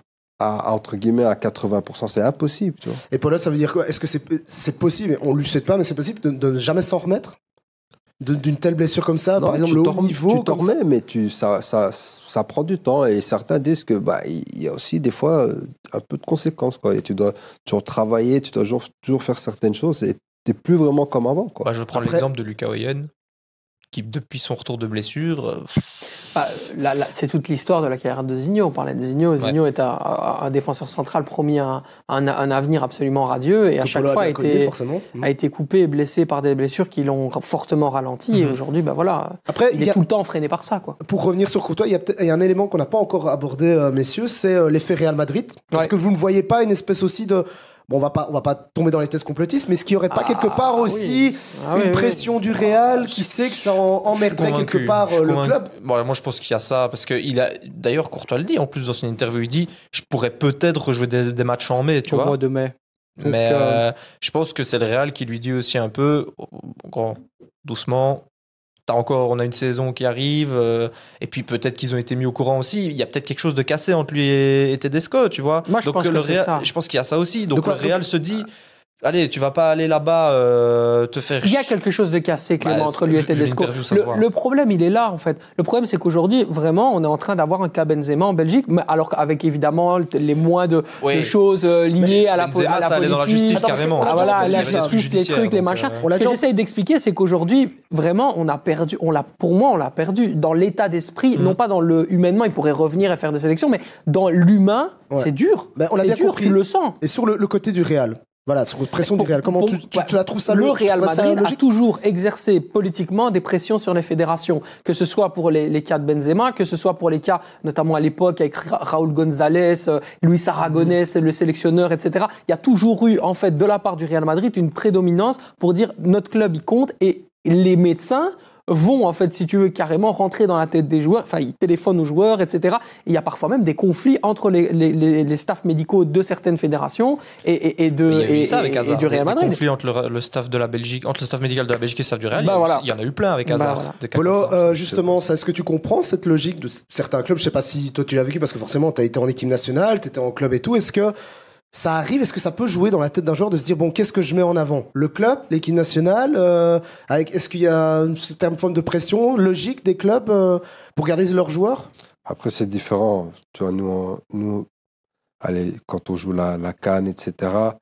A: à, entre guillemets, à quatre-vingts pour cent, c'est impossible, tu vois.
B: Et Paula, ça veut dire quoi? Est-ce que c'est c'est possible, on ne lui souhaite pas, mais c'est possible de, de ne jamais s'en remettre De- d'une telle blessure comme ça?
A: Non,
B: Par exemple,
A: tu
B: le
A: t'en
B: haut
A: rem-
B: niveau
A: tu t'en
B: comme ça
A: remets, mais tu, ça, ça, ça prend du temps. Et certains disent que bah, il y a aussi des fois euh, un peu de conséquences. Quoi. Et tu dois toujours travailler, tu dois toujours, toujours faire certaines choses. Et tu n'es plus vraiment comme avant. Quoi.
D: Bah, je prends
B: Après-
D: l'exemple de Lucas Oyen, qui depuis son retour de blessure. euh,
C: Bah, là, là, c'est toute l'histoire de la carrière de Zinho. On parlait de Zinho. Zinho est un, un- un défenseur central promis à un, un, un avenir absolument radieux et à
B: que
C: chaque
B: Paula
C: fois a
B: bien connu,
C: été,
B: forcément.
C: a été coupé et blessé par des blessures qui l'ont fortement ralenti. Et
D: Mhm.
C: aujourd'hui, bah voilà,
B: Après,
C: il
B: il y
C: est
B: a-
C: tout le temps freiné par ça, quoi.
B: pour revenir sur Courtois, il y a, peut-être- il y a un élément qu'on n'a pas encore abordé, euh, messieurs, c'est euh, l'effet Real Madrid. Est-ce
C: Ouais.
B: que vous ne voyez pas une espèce aussi de... Bon, on va pas, on va pas tomber dans les tests complotistes, mais est-ce qu'il n'y aurait pas
C: Ah,
B: quelque part aussi
C: oui. Ah
B: une
C: oui, oui.
B: pression du Real qui sait que ça en- emmerderait
D: convaincu,
B: quelque part
D: je suis
B: euh, le
D: convaincu.
B: club?
D: Bon, moi, je pense qu'il y a ça, parce que il a. D'ailleurs, Courtois le dit en plus dans son interview, il dit je pourrais peut-être rejouer des, des matchs en mai, tu
E: au
D: vois.
E: mois de mai. Donc,
D: Mais
E: euh,
D: euh, je pense que c'est le Real qui lui dit aussi un peu, oh, grand, doucement. T'as encore, on a une saison qui arrive, euh, et puis peut-être qu'ils ont été mis au courant aussi. Il y a peut-être quelque chose de cassé entre lui et, et Tedesco, tu vois.
C: Moi, je
D: Donc
C: pense
D: le
C: que c'est
D: Real-
C: ça.
D: je pense qu'il y a ça aussi. Donc
B: De quoi-
D: le Real se dit, allez, tu vas pas aller là-bas euh, te faire.
C: Il y a quelque chose de cassé, Clément,
D: Bah,
C: entre lui et
D: vu- vu
C: Tedesco.
D: l'interview, ça se
C: Le,
D: voit.
C: le problème, il est là, en fait. Le problème, c'est qu'aujourd'hui, vraiment, on est en train d'avoir un cas Benzema en Belgique, mais alors qu'avec évidemment les moins de,
D: Oui.
C: de choses euh, liées à la, po-
D: Benzema,
C: à la
D: ça allait dans la
C: politique.
D: justice
B: Attends, parce que-
D: carrément.
B: Ah,
C: Ah,
B: Je
C: voilà,
B: pense que
C: la
B: tu dis,
C: justice, les trucs, les
D: donc,
C: machins.
D: euh,
B: On l'a
C: Ce que
B: déjà-
C: j'essaye d'expliquer, c'est qu'aujourd'hui, vraiment, on a perdu, on l'a, pour moi, on l'a perdu dans l'état d'esprit,
B: Mm.
C: non pas dans le humainement, il pourrait revenir et faire des sélections, mais dans l'humain,
B: Ouais.
C: c'est dur.
B: Ben, on l'a
C: c'est
B: bien
C: dur,
B: compris.
C: tu le sens.
B: Et sur le, le côté du Real, voilà, sur la pression du Real, comment
C: Pour-
B: tu, tu,
C: ouais.
B: tu la trouves ça
C: Le
B: lo-
C: Real
B: tu trouves ça
C: Madrid a
B: logique?
C: toujours exercé politiquement des pressions sur les fédérations, que ce soit pour les, les cas de Benzema, que ce soit pour les cas, notamment à l'époque avec Ra- Raúl González, euh, Luis Aragonés, le sélectionneur, et cetera. Il y a toujours eu, en fait, de la part du Real Madrid, une prédominance pour dire notre club, il compte, et les médecins vont, en fait, si tu veux, carrément rentrer dans la tête des joueurs, enfin, ils téléphonent aux joueurs, et cetera. Et il y a parfois même des conflits entre les, les, les, les staffs médicaux de certaines fédérations et, et, et, de,
D: Il y a eu
C: et,
D: ça avec
C: et- et
D: Hazard,
C: du Real
D: des- des
C: Madrid.
D: conflits entre le, le staff de la Belgique, entre le staff médical de la Belgique et le staff du Real.
C: Bah
D: il, y a eu-
C: voilà.
D: il y en a eu plein avec
C: Bah
D: Hazard.
C: voilà.
D: des cas
B: Polo,
D: comme ça.
B: euh, justement, ça, est-ce que tu comprends cette logique de c- certains clubs? Je sais pas si toi tu l'as vécu parce que forcément tu as été en équipe nationale, tu étais en club et tout. Est-ce que ça arrive, est-ce que ça peut jouer dans la tête d'un joueur de se dire bon, qu'est-ce que je mets en avant? Le club, l'équipe nationale, euh, avec, est-ce qu'il y a une certaine forme de pression logique des clubs euh, pour garder leurs joueurs?
A: Après, c'est différent. Tu vois, nous, on- nous allez, quand on joue la, la CAN, et cetera,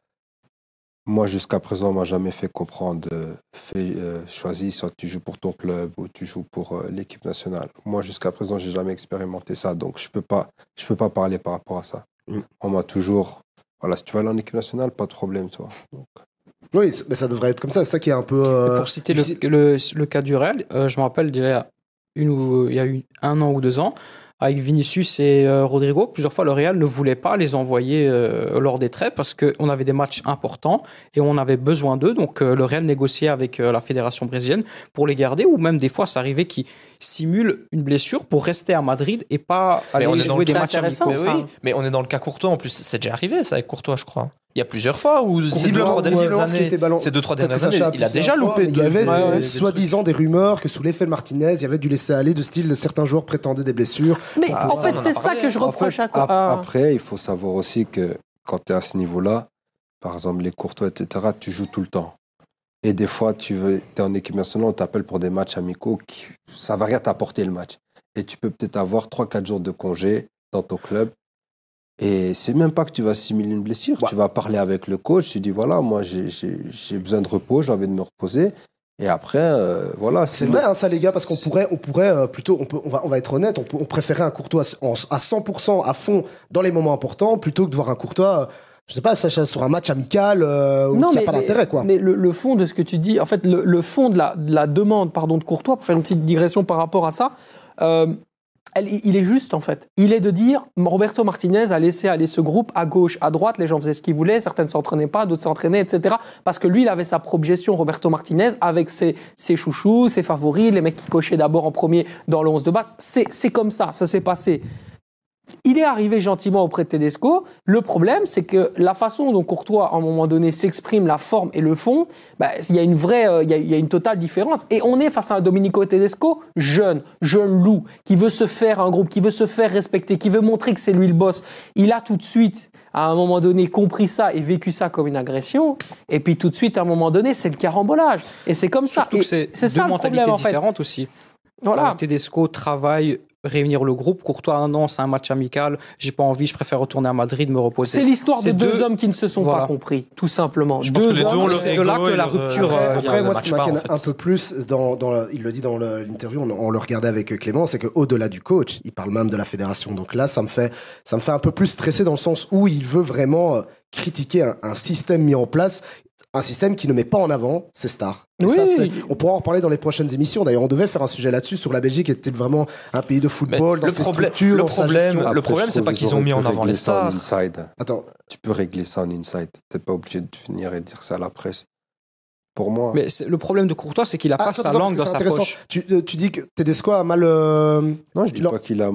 A: moi, jusqu'à présent, on m'a jamais fait comprendre, euh, fais, euh, choisis, soit tu joues pour ton club ou tu joues pour euh, l'équipe nationale. Moi, jusqu'à présent, j'ai jamais expérimenté ça, donc je peux pas, je peux pas parler par rapport à ça.
B: Mm.
A: On m'a toujours, voilà, si tu vas aller en équipe nationale, pas de problème, toi. Donc,
B: Oui, c- mais ça devrait être comme ça. C'est ça qui est un peu. euh,
E: Pour citer le,
B: difficile.
E: le, le cas du Real, euh, je me rappelle déjà une ou, il y a eu un an ou deux ans, avec Vinicius et euh, Rodrigo, plusieurs fois le Real ne voulait pas les envoyer euh, lors des trêves parce qu'on avait des matchs importants et on avait besoin d'eux. Donc euh, le Real négociait avec euh, la fédération brésilienne pour les garder, ou même des fois ça arrivait qu'ils simulent une blessure pour rester à Madrid et pas aller
D: on est dans
E: jouer
D: le
E: des
C: cas
E: matchs
C: intéressant,
E: amicaux.
D: Mais
C: ça.
D: oui, mais on est dans le cas Courtois en plus. C'est déjà arrivé ça avec Courtois, je crois. Il y a plusieurs fois où ces deux
B: Visiblement,
D: trois dernières
B: Visiblement, ce qui
D: années,
B: était ballon-
D: ces deux trois
B: peut-être que
D: dernières
B: Sacha
D: années, il a
B: plusieurs
D: déjà
B: fois,
D: loupé.
B: mais il y avait
D: deux-
C: Ouais, ouais.
B: des-
D: des
B: soi-disant des rumeurs que sous l'effet de Martinez, il y avait du laisser-aller de style de certains joueurs prétendaient des blessures.
C: Mais
D: Ah,
C: en
D: ça,
C: fait,
D: on en a
C: c'est ça
D: parlé.
C: que je
A: En
C: reproche
A: fait,
C: à,
A: ap-
C: à-
A: Après, il faut savoir aussi que quand tu es à ce niveau-là, par exemple les Courtois, et cetera, tu joues tout le temps. Et des fois, tu es en équipe nationale, on t'appelle pour des matchs amicaux, qui, ça va rien t'apporter le match. Et tu peux peut-être avoir trois quatre jours de congé dans ton club. Et c'est même pas que tu vas simuler une blessure.
B: Ouais.
A: Tu vas parler avec le coach, tu dis voilà, moi j'ai- j'ai j'ai besoin de repos, j'ai envie de me reposer. Et après, euh, voilà.
B: C'est vrai, hein, ça, les gars, parce qu'on pourrait, on pourrait euh, plutôt, on, peut, on, va, on va être honnête, on, peut, on préférait un Courtois en- à cent pour cent à fond dans les moments importants plutôt que de voir un Courtois je sais pas, Sacha, sur un match amical euh, où il n'y a pas
C: mais,
B: d'intérêt, quoi.
C: Mais le, le fond de ce que tu dis, en fait, le, le fond de la, de la demande, pardon, de Courtois, pour faire une petite digression par rapport à ça, euh, elle, il est juste, en fait. Il est de dire, Roberto Martinez a laissé aller ce groupe à gauche, à droite, les gens faisaient ce qu'ils voulaient, certains ne s'entraînaient pas, d'autres s'entraînaient, et cetera. Parce que lui, il avait sa projection, Roberto Martinez, avec ses, ses chouchous, ses favoris, les mecs qui cochaient d'abord en premier dans le onze de base. C'est, c'est comme ça, ça s'est passé. Il est arrivé gentiment auprès de Tedesco. Le problème, c'est que la façon dont Courtois, à un moment donné, s'exprime, la forme et le fond, bah, il y a une vraie, euh, il y a, il y a une totale différence. Et on est face à un Domenico Tedesco jeune, jeune loup, qui veut se faire un groupe, qui veut se faire respecter, qui veut montrer que c'est lui le boss. Il a tout de suite, à un moment donné, compris ça et vécu ça comme une agression. Et puis tout de suite, à un moment donné, c'est le carambolage. Et c'est comme
E: Surtout
C: ça.
E: que c'est,
C: c'est
E: deux
C: ça,
E: mentalités
C: problème, en fait.
E: différentes aussi.
C: Voilà.
E: Euh, Tedesco travaille réunir le groupe. Courtois, ah non, c'est un match amical. J'ai pas envie, je préfère retourner à Madrid, me reposer.
C: C'est l'histoire
E: c'est
C: de deux,
E: deux
C: hommes qui ne se sont
E: voilà.
C: pas compris, tout simplement.
D: Je
C: deux
D: pense que les deux ont
C: hommes.
D: le
E: c'est de là
D: ego
E: que
D: et
E: la
D: leur,
E: rupture,
D: euh,
E: euh,
D: vient
B: Après,
D: de
B: moi, ce
D: match
B: qui
D: pas,
B: m'inquiète
D: en fait.
B: un peu plus, dans, dans le- il le dit dans le- l'interview, on, on le regardait avec Clément, c'est qu'au-delà du coach, il parle même de la fédération. Donc là, ça me fait, ça me fait un peu plus stresser dans le sens où il veut vraiment euh, critiquer un, un système mis en place, un système qui ne met pas en avant ses stars. Et
C: Oui.
B: ça, c'est- on pourra en reparler dans les prochaines émissions. D'ailleurs, on devait faire un sujet là-dessus sur la Belgique, est-il vraiment un pays de football,
D: Mais
B: dans
D: le
B: ses
D: problème-
B: structures,
D: le
B: dans sa
D: problème-
B: gestion.
D: le problème, c'est pas qu'ils ont mis en avant les
A: ça en
D: stars.
A: inside.
B: Attends,
A: Tu peux régler ça en inside. T'es pas obligé de venir et dire ça à la presse. Pour moi.
E: Mais c'est- le problème de Courtois, c'est qu'il a
B: Ah,
E: pas
B: attends,
E: sa
B: attends,
E: langue dans
B: parce que
E: sa
B: c'est intéressant.
E: poche.
B: Tu, euh, tu dis que Tedesco a mal. euh,
A: Non, je dis
B: il a-
A: pas qu'il a,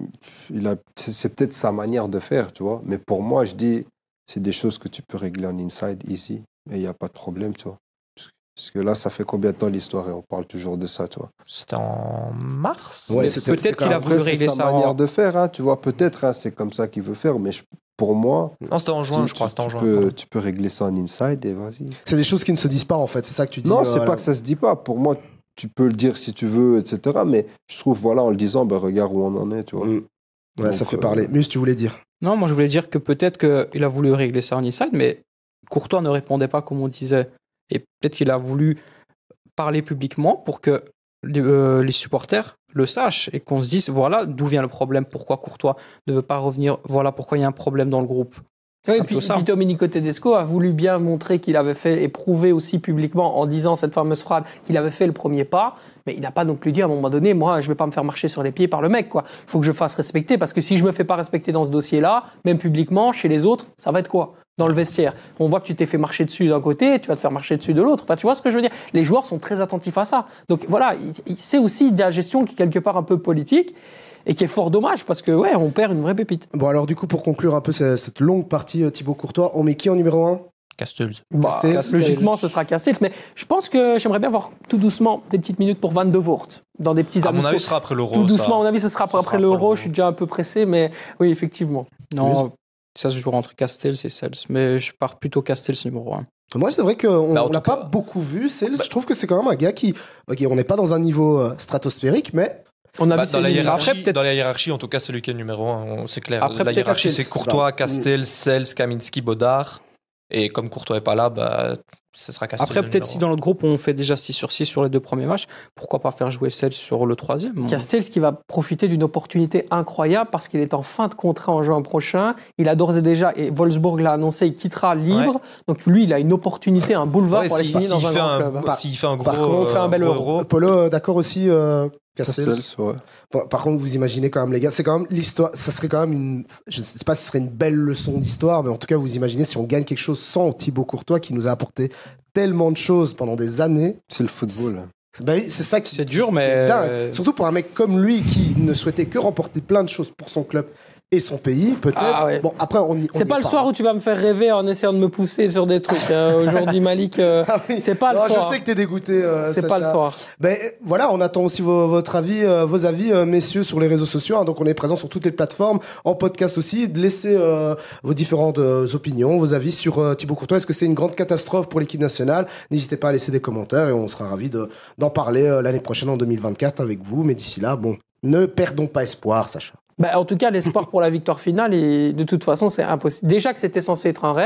A: il a. C'est c'est peut-être sa manière de faire, tu vois. Mais pour moi, je dis, c'est des choses que tu peux régler en inside, easy. Et il n'y a pas de problème, tu vois. Parce que- Parce que là, ça fait combien de temps l'histoire et on parle toujours de ça, tu vois.
D: C'était en mars.
B: Ouais,
E: Mais
B: c'était-
E: peut-être
B: c'était
E: qu'il a
B: quand
E: voulu
A: Après,
E: régler
A: c'est sa
E: ça
A: manière
E: en...
A: de faire, hein, tu vois. Peut-être, hein, c'est comme ça qu'il veut faire. Mais je- pour moi,
D: Non, c'était en juin,
A: tu,
D: je crois.
A: tu-
D: C'était en
A: tu
D: juin.
A: peux,
D: pardon.
A: tu peux régler ça en inside et vas-y.
B: C'est des choses qui ne se disent pas, en fait. C'est ça que tu dis.
A: Non,
B: euh,
A: c'est
B: voilà.
A: pas que ça se dit pas. Pour moi, tu peux le dire si tu veux, et cetera. Mais je trouve, voilà, en le disant, ben, regarde où on en est, tu vois.
B: Mm. Ouais, ça
A: Donc,
B: fait
A: euh,
B: parler. Mus, tu voulais dire.
E: Non, moi je voulais dire que peut-être qu'il a voulu régler ça en inside, mais Courtois ne répondait pas comme on disait. Et peut-être qu'il a voulu parler publiquement pour que les, euh, les supporters le sachent et qu'on se dise voilà d'où vient le problème, pourquoi Courtois ne veut pas revenir, voilà pourquoi il y a un problème dans le groupe. C'est
C: Oui,
E: un
C: et puis,
E: peu ça.
C: puis Domenico Tedesco a voulu bien montrer qu'il avait fait et prouver aussi publiquement en disant cette fameuse phrase qu'il avait fait le premier pas, mais il n'a pas non plus dit à un moment donné, moi je vais pas me faire marcher sur les pieds par le mec, quoi. Il faut que je fasse respecter parce que si je me fais pas respecter dans ce dossier-là, même publiquement, chez les autres, ça va être quoi? Dans le vestiaire. On voit que tu t'es fait marcher dessus d'un côté, tu vas te faire marcher dessus de l'autre. Enfin, tu vois ce que je veux dire? Les joueurs sont très attentifs à ça. Donc voilà, il- il- c'est aussi de la gestion qui est quelque part un peu politique et qui est fort dommage parce que ouais, on perd une vraie pépite.
B: Bon, alors, du coup, pour conclure un peu cette, cette longue partie, euh, Thibaut Courtois, on met qui en numéro un?
D: Castells.
C: Bah,
B: Castells.
C: logiquement, ce sera Castells, mais je pense que j'aimerais bien voir tout doucement des petites minutes pour Van de Voort dans des petits
D: À mon
C: amicaux.
D: avis, ce sera après l'Euro.
C: Tout doucement,
D: ça.
C: à mon avis, ce sera
D: Ce sera
C: après
D: après
C: l'Euro.
D: l'Euro.
C: Je suis déjà un peu pressé, mais oui, effectivement.
E: Non, ça se jouera entre Castells et Sels, mais je pars plutôt Castells numéro un.
B: Moi, c'est vrai qu'on
D: Bah, en
B: on l'a
D: tout
B: pas
D: cas-
B: beaucoup vu. Sels, je trouve que c'est quand même un gars qui. Ok, on n'est pas dans un niveau euh, stratosphérique, mais.
C: On a
D: Bah,
C: vu
D: dans, la
C: ses-
D: hiérarchie,
E: Après, peut-être-
D: dans la hiérarchie, en tout cas, celui qui est numéro un, c'est clair.
E: Après,
D: la
E: peut-être
D: hiérarchie,
B: Castells.
D: c'est Courtois,
B: Bah,
D: Castells, Sels, Kaminski, Bodard. Et comme Courtois est pas là, bah, ce sera Castells.
E: Après,
D: le
E: peut-être
D: numéro
E: si
D: un.
E: dans notre groupe on fait déjà six sur six sur les deux premiers matchs, pourquoi pas faire jouer Sels sur le troisième?
C: Castells qui va profiter d'une opportunité incroyable parce qu'il est en fin de contrat en juin prochain. Il a d'ores et déjà, et Wolfsburg l'a annoncé, il quittera libre. Donc lui, il a une opportunité, un boulevard
D: Ouais,
C: pour aller
D: si-
C: signer dans
D: s'il
C: un
D: fait
C: grand
D: un-
C: club.
B: Par-
D: S'il fait un gros,
B: par contre,
D: euh,
C: fait un bel
D: gros
C: Euro.
B: Polo, euh, d'accord aussi, euh, Castells.
A: Castells, ouais.
B: Par, par contre, vous imaginez quand même, les gars, c'est quand même l'histoire. Ça serait quand même une. Je ne sais pas si ce serait une belle leçon d'histoire, mais en tout cas, vous imaginez si on gagne quelque chose sans Thibaut Courtois qui nous a apporté tellement de choses pendant des années.
A: C'est le football.
B: Ben oui, c'est ça qui
E: C'est dur,
B: qui
E: mais-
B: est dingue. Surtout pour un mec comme lui qui ne souhaitait que remporter plein de choses pour son club et son pays, peut-être.
C: Ah ouais.
B: Bon, après, on y- on
C: C'est
B: y
C: pas
B: est
C: le soir où tu vas me faire rêver en essayant de me pousser sur des trucs. Euh, Aujourd'hui, Malik, euh,
B: Ah oui.
C: c'est pas le
B: Non,
C: soir.
B: Je sais que t'es dégoûté. euh,
C: C'est pas le
B: Sacha.
C: soir.
B: Ben voilà, on attend aussi vos, votre avis, euh, vos avis, euh, messieurs, sur les réseaux sociaux. hein. donc on est présent sur toutes les plateformes, en podcast aussi. De laisser euh, vos différentes euh, opinions, vos avis sur euh, Thibaut Courtois. Est-ce que c'est une grande catastrophe pour l'équipe nationale? N'hésitez pas à laisser des commentaires et on sera ravis de, d'en parler euh, l'année prochaine en deux mille vingt-quatre avec vous. Mais d'ici là, bon, ne perdons pas espoir, Sacha.
C: Bah, en tout cas, l'espoir pour la victoire finale, et de toute façon, c'est impossible. Déjà que c'était censé être un rêve,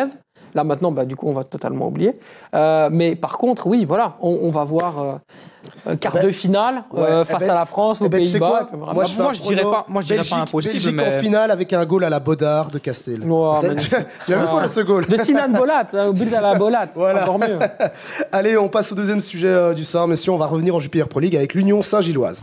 C: Là maintenant, bah, du coup, on va totalement oublier. Euh, mais par contre, oui, voilà, on, on va voir euh, quart
B: Eh ben,
C: de finale
B: ouais,
C: euh,
B: eh
C: face
B: ben,
C: à la France, aux
B: eh ben, tu sais
C: Pays-Bas.
B: quoi
C: et puis voilà.
B: Moi,
E: Moi,
B: je, fais
E: moi,
B: un
E: je dirais
B: prono.
E: pas- moi, je dirais pas
B: Belgique-
E: impossible,
B: Belgique
E: mais-
B: en finale avec un goal à la Bodard de Castel.
C: Oh,
B: T'as-
C: magnifique.
B: Tu as vu quoi, ce goal
C: De Sinan Bolat, hein, au but à la Bolat,
B: Voilà.
C: encore mieux.
B: Allez, on passe au deuxième sujet euh, du soir, messieurs. On va revenir en Jupiler Pro League avec l'Union Saint-Gilloise.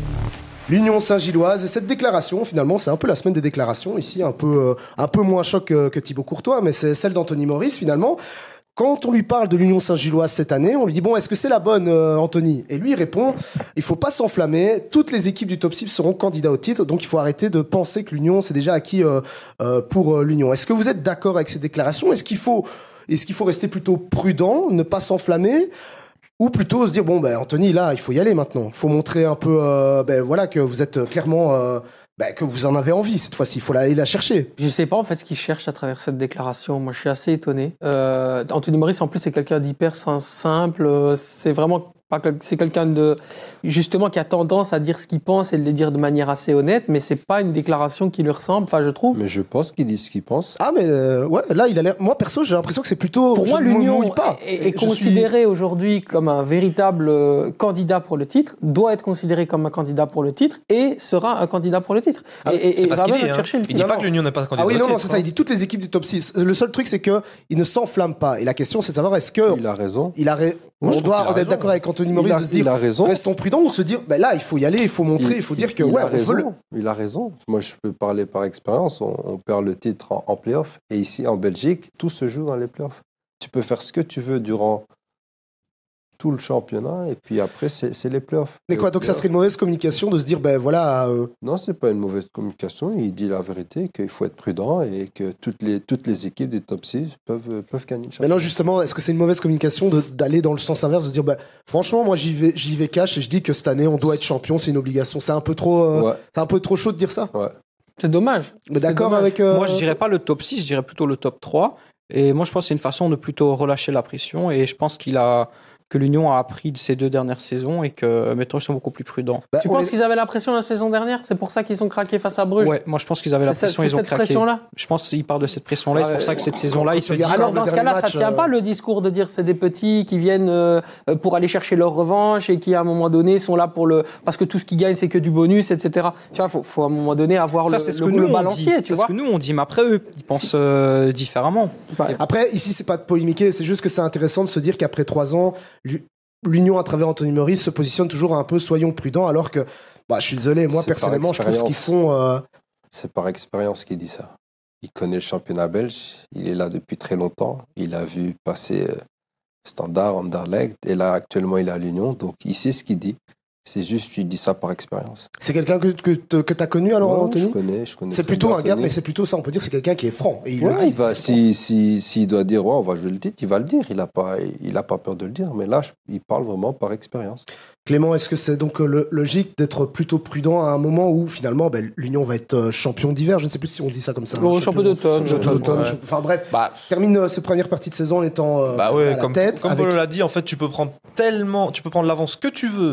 B: L'Union Saint-Gilloise, et cette déclaration, finalement, c'est un peu la semaine des déclarations, ici, un peu, euh, un peu moins choc que, que Thibaut Courtois, mais c'est celle d'Anthony Maurice, finalement. Quand on lui parle de l'Union Saint-Gilloise cette année, on lui dit « Bon, est-ce que c'est la bonne, euh, Anthony ?» Et lui, il répond « Il faut pas s'enflammer, toutes les équipes du top six seront candidats au titre, donc il faut arrêter de penser que l'Union, c'est déjà acquis euh, euh, pour euh, l'Union. » Est-ce que vous êtes d'accord avec ces déclarations ? Est-ce qu'il faut, est-ce qu'il faut rester plutôt prudent, ne pas s'enflammer ? Ou plutôt se dire, bon, ben, Anthony, là, il faut y aller maintenant. Il faut montrer un peu, euh, ben, voilà, que vous êtes clairement, euh, ben, que vous en avez envie cette fois-ci. Il faut aller la chercher.
C: Je sais pas en fait ce qu'il cherche à travers cette déclaration. Moi, je suis assez étonné. Euh, Anthony Maurice, en plus, c'est quelqu'un d'hyper simple. euh, C'est vraiment pas quel- c'est quelqu'un de justement qui a tendance à dire ce qu'il pense et de le dire de manière assez honnête, mais c'est pas une déclaration qui lui ressemble. Enfin, je trouve.
A: Mais je pense qu'il dit ce qu'il pense.
B: Ah, mais euh, ouais, là, il a l'air. Moi, perso, j'ai l'impression que c'est plutôt.
C: Pour
B: je
C: moi,
B: ne me
C: l'Union
B: mouille pas.
C: est, est
B: Je suis-
C: considérée aujourd'hui comme un véritable euh, candidat pour le titre, doit être considéré comme un candidat pour le titre et sera un candidat pour le titre.
B: Ah,
C: et et,
D: C'est
C: et
D: pas ce
C: va
D: qu'il
C: même
D: dit. Hein.
C: chercher le
D: Il
C: titre.
D: dit
B: Non,
D: pas
B: non.
D: que l'Union n'est pas candidat
B: Ah oui,
D: au
B: non,
D: titre,
B: non, c'est ça.
D: hein.
B: Il dit toutes les équipes du top six. Le seul truc, c'est que il ne s'enflamme pas. Et la question, c'est de savoir est-ce que
A: Il a raison.
B: il a. ré-
A: Moi, je
B: On
A: trouve qu'il
B: doit
A: a
B: être
A: raison.
B: d'accord avec Anthony
A: Il
B: Maurice
A: a-
B: de se dire
A: il a raison.
B: restons prudents ou se dire ben là, il faut y aller, il faut montrer, il, faut dire que
A: il
B: ouais,
A: a
B: on veut
A: raison.
B: le.
A: Il a raison. Moi, je peux parler par expérience. On, on perd le titre en, en play-off. Et ici, en Belgique, tout se joue dans les play-offs. Tu peux faire ce que tu veux durant tout le championnat. Et puis après, c'est c'est les play-offs.
B: Mais quoi,
A: Les
B: donc ça
A: play-offs.
B: serait une mauvaise communication de se dire ben voilà. euh,
A: Non, c'est pas une mauvaise communication. Il dit la vérité, qu'il faut être prudent et que toutes les, toutes les équipes des top six peuvent, peuvent gagner le championnat.
B: Maintenant, justement, est-ce que c'est une mauvaise communication de- d'aller dans le sens inverse, de dire, bah, franchement, moi, j'y vais, j'y vais cash et je dis que cette année, on doit être champion, c'est une obligation. C'est un peu trop, euh,
A: Ouais,
B: c'est un peu trop chaud de dire ça.
A: ouais.
C: C'est dommage.
B: Mais
C: C'est
B: d'accord
C: dommage.
B: avec. euh,
E: Moi, je dirais pas le top six, je dirais plutôt le top trois. Et moi, je pense que c'est une façon de plutôt relâcher la pression. Et je pense qu'il a, que l'Union a appris de ces deux dernières saisons et que maintenant, ils sont beaucoup plus prudents.
B: bah,
C: Tu
B: on
C: penses
B: est-
C: qu'ils avaient la pression la saison dernière? C'est pour ça qu'ils ont craqué face à Bruges?
E: Ouais, moi, je pense qu'ils avaient la
C: C'est
E: pression,
C: c'est
E: ils ont
C: cette
E: craqué.
C: pression-là?
E: Je pense qu'ils partent de cette pression-là. et c'est
C: Ouais,
E: pour ça que cette
B: quand-
E: saison-là,
B: quand
E: ils
B: tu
E: se disent.
B: regardes
C: Alors
B: le
C: dans ce
B: dernier
C: cas-là, ça
B: match,
C: tient
B: euh,
C: pas le discours de dire c'est des petits qui viennent euh, pour aller chercher leur revanche et qui à un moment donné sont là pour le parce que tout ce qu'ils gagnent c'est que du bonus, et cetera. Tu vois, faut, faut à un moment donné avoir
E: Ça,
C: le,
E: c'est ce
C: le,
E: que
C: le
E: nous, on dit.
C: balancier, tu
E: C'est ce
C: vois.
E: que nous, on dit. Mais après, eux, ils pensent euh, différemment.
B: Après, ici, c'est pas de polémiquer, c'est juste que c'est intéressant de se dire qu'après trois ans, l'U- l'Union, à travers Anthony Maurice, se positionne toujours un peu soyons prudents, alors que, bah, je suis désolé, moi,
A: C'est par
B: personnellement, je trouve ce qu'ils font. euh,
A: C'est par expérience qu'il dit ça. Il connaît le championnat belge, il est là depuis très longtemps, il a vu passer euh, Standard, Anderlecht, et là actuellement il est à l'Union, donc il sait ce qu'il dit. C'est juste qu'il dit ça par expérience.
B: C'est quelqu'un que, que, que tu as connu alors,
A: Ouais,
B: Anthony
A: je connais, je connais.
B: C'est
A: très
B: plutôt
A: bien
B: un gars,
A: Anthony.
B: mais c'est plutôt ça, on peut dire, c'est quelqu'un qui est franc. Et il
A: Ouais,
B: le dit.
A: il va,
B: ce qu'il pense.
A: si, si, s'il doit dire ouais, on va jouer le titre, il va le dire. Il n'a pas, il a pas peur de le dire. Mais là, je- il parle vraiment par expérience.
B: Clément, est-ce que c'est donc euh, le- logique d'être plutôt prudent à un moment où finalement ben, l'Union va être euh, champion d'hiver? Je ne sais plus si on dit ça comme ça.
C: Au
B: hein,
C: champion d'automne.
B: Champion
C: Ouais.
B: d'automne.
D: Ouais.
B: champion- Enfin bref,
D: Bah,
B: termine euh, ses premières parties de saison en étant euh,
D: Bah ouais,
B: à la
D: comme,
B: tête.
D: comme
B: avec-
D: Polo l'a dit, en fait, tu peux prendre tellement, tu peux prendre l'avance que tu veux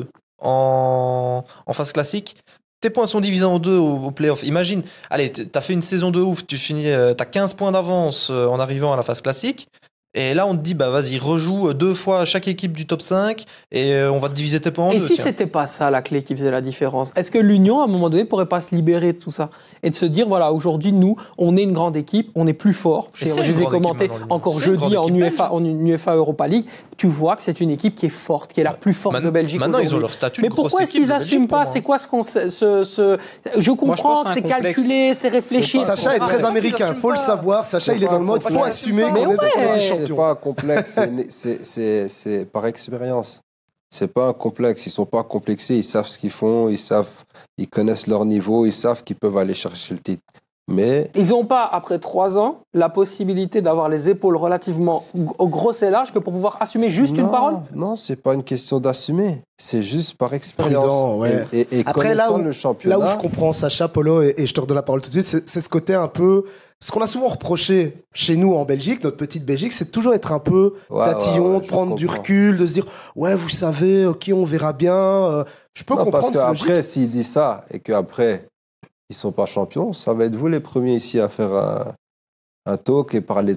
D: en, en phase classique. Tes points sont divisés en deux au, au playoff. Imagine, allez, t- t'as fait une saison de ouf, tu finis, euh, t'as quinze points d'avance euh, en arrivant à la phase classique. Et là, on te dit, bah vas-y, rejoue deux fois chaque équipe du top cinq et euh, on va te diviser tes points en
C: Et
D: deux.
C: si
D: tiens.
C: c'était pas ça la clé qui faisait la différence, est-ce que l'Union, à un moment donné, pourrait pas se libérer de tout ça et de se dire, voilà, aujourd'hui, nous, on est une grande équipe, on est plus fort.
D: Mais
C: Je,
D: c'est
C: je
D: une
C: les ai
D: grande
C: commentés
D: équipe maintenant,
C: encore
D: l'Union. C'est une
C: jeudi en
D: grande équipe
C: UEFA, en UEFA Europa League. Tu vois que c'est une équipe qui est forte, qui est la plus forte
D: Man-
C: de Belgique
D: Maintenant, ils ont
C: aujourd'hui.
D: leur statut
C: Mais
D: de grosse
C: pourquoi est-ce
D: équipe
C: qu'ils
D: de
C: n'assument
D: Belgique, pour
C: pas?
D: moi.
C: C'est quoi ce qu'on se, ce, ce- Je comprends
E: Moi, je pense
C: que
E: que
C: c'est
E: c'est un complexe.
C: calculé, c'est réfléchi.
E: C'est pas-
B: Sacha est très
E: C'est pas-
B: américain, faut le savoir. Sacha, il est dans le mode,
A: C'est
B: faut
A: pas-
B: assumer
C: Mais
B: qu'on est
C: ouais.
B: des
A: C'est
B: champions.
A: pas un complexe, c'est une- c'est- c'est c'est par expérience. C'est pas un complexe. Ils sont pas complexés. Ils savent ce qu'ils font. Ils savent, ils connaissent leur niveau. Ils savent qu'ils peuvent aller chercher le titre. Mais
C: Ils n'ont pas, après trois ans, la possibilité d'avoir les épaules relativement g- grosses et larges que pour pouvoir assumer juste une
A: non,
C: parole.
A: Non, c'est pas une question d'assumer. C'est juste par expérience.
B: Prudent, ouais.
A: Et, et, et
B: Après, là
A: connaissant
B: où-
A: le championnat.
B: Là où je comprends Sacha, Polo, et, et je te redonne la parole tout de suite, c'est c'est ce côté un peu. Ce qu'on a souvent reproché chez nous en Belgique, notre petite Belgique, c'est de toujours être un peu
A: Ouais,
B: tatillon,
A: ouais, ouais,
B: de
A: je
B: prendre du
A: comprends.
B: recul, de se dire ouais, vous savez, ok, on verra bien. euh, je peux
A: Non,
B: comprendre.
A: parce
B: c'est logique.
A: qu'après, s'il dit ça et qu'après, ils sont pas champions, ça va être vous les premiers ici à faire un, un talk et parler de ça.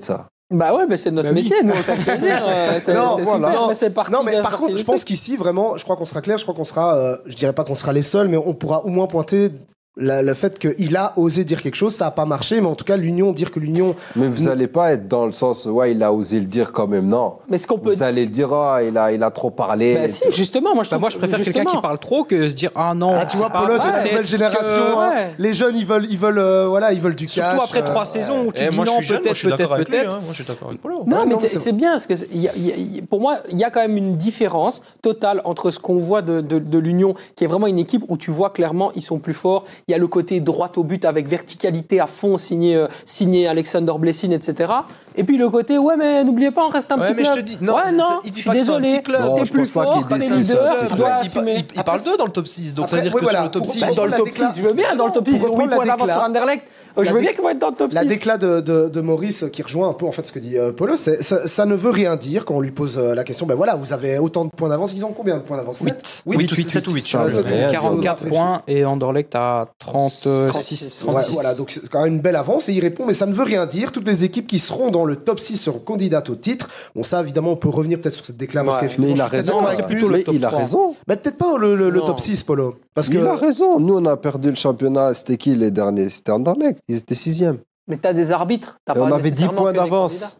C: Bah ouais, mais c'est notre
E: Bah oui.
C: métier, nous on fait plaisir. euh, c'est
B: Non,
C: c'est
B: voilà.
C: super,
B: Non,
C: mais c'est parti.
B: Non, mais
C: de-
B: par
C: partie
B: contre,
C: du
B: je pense
C: truc.
B: qu'ici, vraiment, je crois qu'on sera clair, je crois qu'on sera, euh, je dirais pas qu'on sera les seuls, mais on pourra au moins pointer la- le fait qu'il a osé dire quelque chose, ça a pas marché, mais en tout cas, l'Union, dire que l'Union.
A: Mais vous n'allez pas être dans le sens, ouais, il a osé le dire quand même, non.
C: Mais ce qu'on peut.
A: Vous allez dire, ah, il a, il a trop parlé.
C: Bah si, justement, moi je
E: Bah,
C: trouve-
E: moi, je préfère quelqu'un
C: justement.
E: qui parle trop que se dire ah non.
B: Ah, tu vois,
E: c'est pas
B: Polo, c'est la
E: vrai,
B: nouvelle
E: que-
B: génération. hein.
C: ouais.
B: Les jeunes, ils veulent, ils veulent, euh, voilà, ils veulent du cash.
E: Surtout après
B: euh,
E: trois saisons où tu
D: Et
E: dis
D: moi, je
E: non,
D: suis jeune, moi,
E: peut-être,
D: je suis
E: peut-être,
D: d'accord avec lui,
E: peut-être.
D: hein. Moi, je suis d'accord avec Polo.
C: Non,
B: Ouais,
C: mais
B: non,
C: c'est
B: c'est-
C: c'est bien, parce que c'est- il y a- il y a- il y a- pour moi, il y a quand même une différence totale entre ce qu'on voit de, de, de l'Union, qui est vraiment une équipe où tu vois clairement ils sont plus forts. Il y a le côté droit au but avec verticalité à fond, signé, euh, signé Alexander Blessing, et cetera. Et puis le côté, ouais, mais n'oubliez pas, on reste un
D: Ouais,
C: petit
D: mais je
C: club.
D: te dis, non,
C: ouais, non,
D: il dit
C: je suis
D: pas que c'est un
C: désolé,
D: petit club.
A: Non,
C: t'es
A: je
C: plus
A: pense pas
C: fort,
A: qu'il
C: t'es
A: dit
C: les
A: ça,
C: leaders,
A: ça.
C: tu dois
D: il,
C: assumer.
D: il- il parle d'eux dans le top six, donc ça veut
B: Après,
D: dire
B: oui,
D: que
B: voilà,
D: sur le top
B: pour-
D: six,
B: pour
C: Dans le
B: la
C: top
B: décla-
C: six, je veux bien, dans le top
B: pour
C: six, ils ont
B: reprendre
C: huit
B: la
C: points d'avance
B: décla-
C: sur Anderlecht. Euh, Je
B: la
C: veux
B: dé-
C: bien qu'ils vont être dans le top
B: La
C: six.
B: déclat de, de, de Maurice qui rejoint un peu en fait ce que dit euh, Polo, c'est, ça, ça ne veut rien dire quand on lui pose euh, la question. Ben voilà, vous avez autant de points d'avance. Ils ont combien de points d'avance?
D: huit.
B: Huit,
D: huit,
B: huit,
D: sept ou huit.
A: Ça
B: Euh,
A: veut
B: sept,
A: rien dire.
E: quarante-quatre points et Anderlecht à trente-six.
B: Ouais,
E: trente-six.
B: voilà, donc c'est quand même une belle avance et il répond, mais ça ne veut rien dire. Toutes les équipes qui seront dans le top six seront candidates au titre. Bon, ça évidemment, on peut revenir peut-être sur cette déclaration.
C: Ouais,
A: Mais il a raison.
E: c'est plutôt le
A: mais
E: top
A: il a
E: trois.
A: raison.
B: Mais peut-être pas le, le, le
C: Non.
B: top six, Polo. Parce que.
A: Il a raison. Nous, on a perdu le championnat. C'était qui les derniers? C'était Anderlecht. Ils étaient sixième.
C: Mais t'as des arbitres. T'as
A: Et
C: pas
A: on avait dix
C: nécessairement
A: points
C: que des
A: d'avance.
C: candidats.